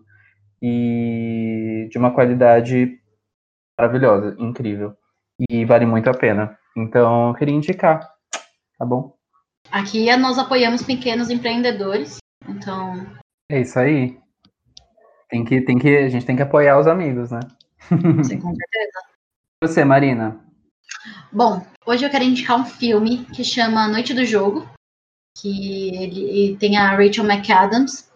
[SPEAKER 3] E de uma qualidade maravilhosa, incrível. E vale muito a pena. Então, eu queria indicar, tá bom?
[SPEAKER 1] Aqui nós apoiamos pequenos empreendedores, então...
[SPEAKER 3] É isso aí. A gente tem que apoiar os amigos, né?
[SPEAKER 1] Sim, com certeza.
[SPEAKER 3] E você, Marina?
[SPEAKER 1] Bom, hoje eu quero indicar um filme que chama Noite do Jogo, que ele tem a Rachel McAdams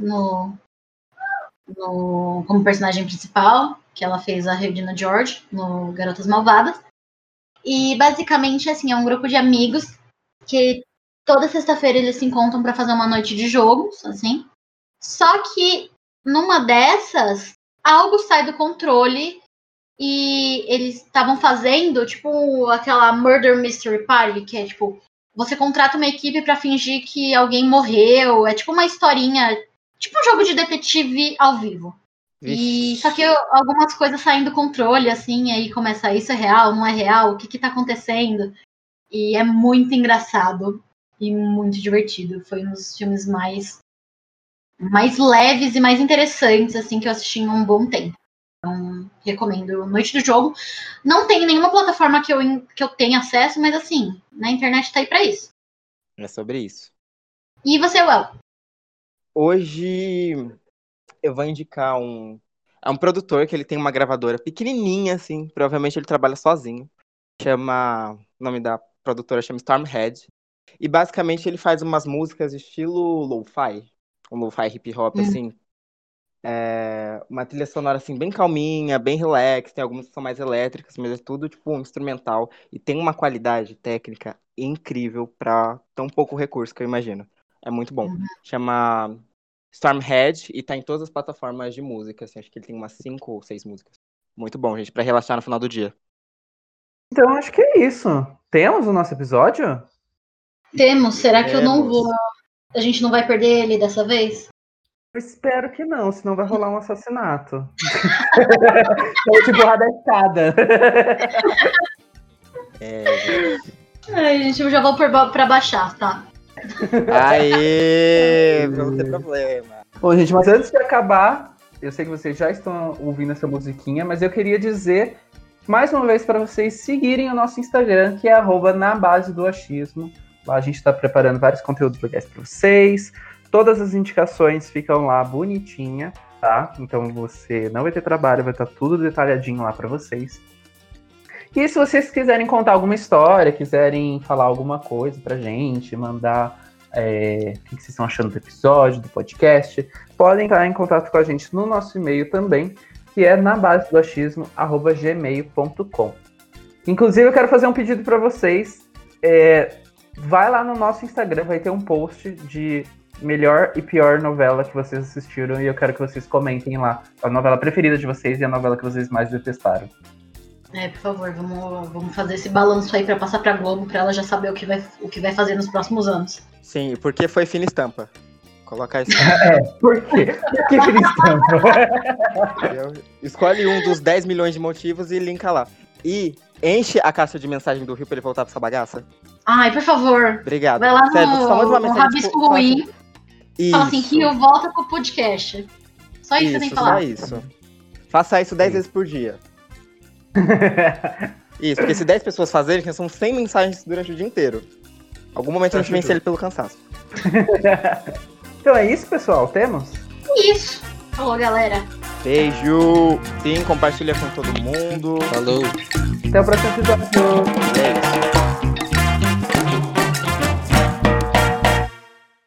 [SPEAKER 1] como personagem principal, que ela fez a Regina George no Garotas Malvadas. E basicamente, assim, é um grupo de amigos que toda sexta-feira eles se encontram para fazer uma noite de jogos, assim. Só que numa dessas, algo sai do controle e eles estavam fazendo, tipo, aquela Murder Mystery Party, que é, tipo, você contrata uma equipe para fingir que alguém morreu. É tipo uma historinha, tipo um jogo de detetive ao vivo. E só que algumas coisas saem do controle, assim, aí começa, isso é real, não é real, o que tá acontecendo? E é muito engraçado e muito divertido. Foi um dos filmes mais leves e mais interessantes, assim, que eu assisti em um bom tempo. Então, recomendo Noite do Jogo. Não tem nenhuma plataforma que eu tenha acesso, mas assim, na internet tá aí pra isso.
[SPEAKER 2] É sobre isso.
[SPEAKER 1] E você, Well?
[SPEAKER 2] Hoje eu vou indicar um produtor que ele tem uma gravadora pequenininha, assim, provavelmente ele trabalha sozinho. O nome da produtora chama Stormhead. E basicamente ele faz umas músicas estilo lo-fi, um lo-fi hip hop, assim, Uma trilha sonora assim bem calminha, bem relax, tem algumas que são mais elétricas, mas é tudo tipo instrumental e tem uma qualidade técnica incrível para tão pouco recurso que eu imagino. É muito bom. Chama Stormhead e tá em todas as plataformas de música, assim, acho que ele tem umas 5 ou 6 músicas. Muito bom, gente, para relaxar no final do dia.
[SPEAKER 3] Então acho que é isso. Temos o nosso episódio?
[SPEAKER 1] Temos. Será que eu não vou? A gente não vai perder ele dessa vez?
[SPEAKER 3] Eu espero que não, senão vai rolar um assassinato. Vou te borrar da escada.
[SPEAKER 1] Ai, gente, eu já vou pra baixar, tá?
[SPEAKER 2] Aê! Pra não ter problema.
[SPEAKER 3] Bom, gente, mas antes de acabar, eu sei que vocês já estão ouvindo essa musiquinha, mas eu queria dizer mais uma vez para vocês seguirem o nosso Instagram, que é @nabasedoachismo. Lá a gente está preparando vários conteúdos legais para vocês. Todas as indicações ficam lá bonitinha, tá? Então você não vai ter trabalho, vai estar tudo detalhadinho lá para vocês. E se vocês quiserem contar alguma história, quiserem falar alguma coisa pra gente, mandar o que vocês estão achando do episódio, do podcast, podem entrar em contato com a gente no nosso e-mail também, que é nabasedoachismo@gmail.com. Inclusive, eu quero fazer um pedido para vocês. Vai lá no nosso Instagram, vai ter um post de melhor e pior novela que vocês assistiram e eu quero que vocês comentem lá a novela preferida de vocês e a novela que vocês mais detestaram.
[SPEAKER 1] Por favor, vamos fazer esse balanço aí pra passar pra Globo, pra ela já saber o que vai fazer nos próximos anos.
[SPEAKER 2] Sim, porque foi fina estampa. Colocar isso.
[SPEAKER 3] Por quê? Por que fina estampa?
[SPEAKER 2] Escolhe um dos 10 milhões de motivos e linka lá. E enche a caixa de mensagem do Rio pra ele voltar pra essa bagaça.
[SPEAKER 1] Ai, por favor.
[SPEAKER 2] Obrigado.
[SPEAKER 1] Vai lá
[SPEAKER 2] Sério,
[SPEAKER 1] no Rabisco Ruim. Fala assim, Rio, volta pro podcast. Só isso que você tem que falar.
[SPEAKER 2] Só isso. Faça isso 10 vezes por dia. Isso, porque se 10 pessoas fazerem, são 100 mensagens durante o dia inteiro. Algum momento a gente vence ele pelo cansaço.
[SPEAKER 3] Então é isso, pessoal? Temos?
[SPEAKER 1] Isso. Falou, galera.
[SPEAKER 2] Beijo. Sim, compartilha com todo mundo.
[SPEAKER 4] Falou.
[SPEAKER 3] Até o próximo episódio.
[SPEAKER 2] Beijo.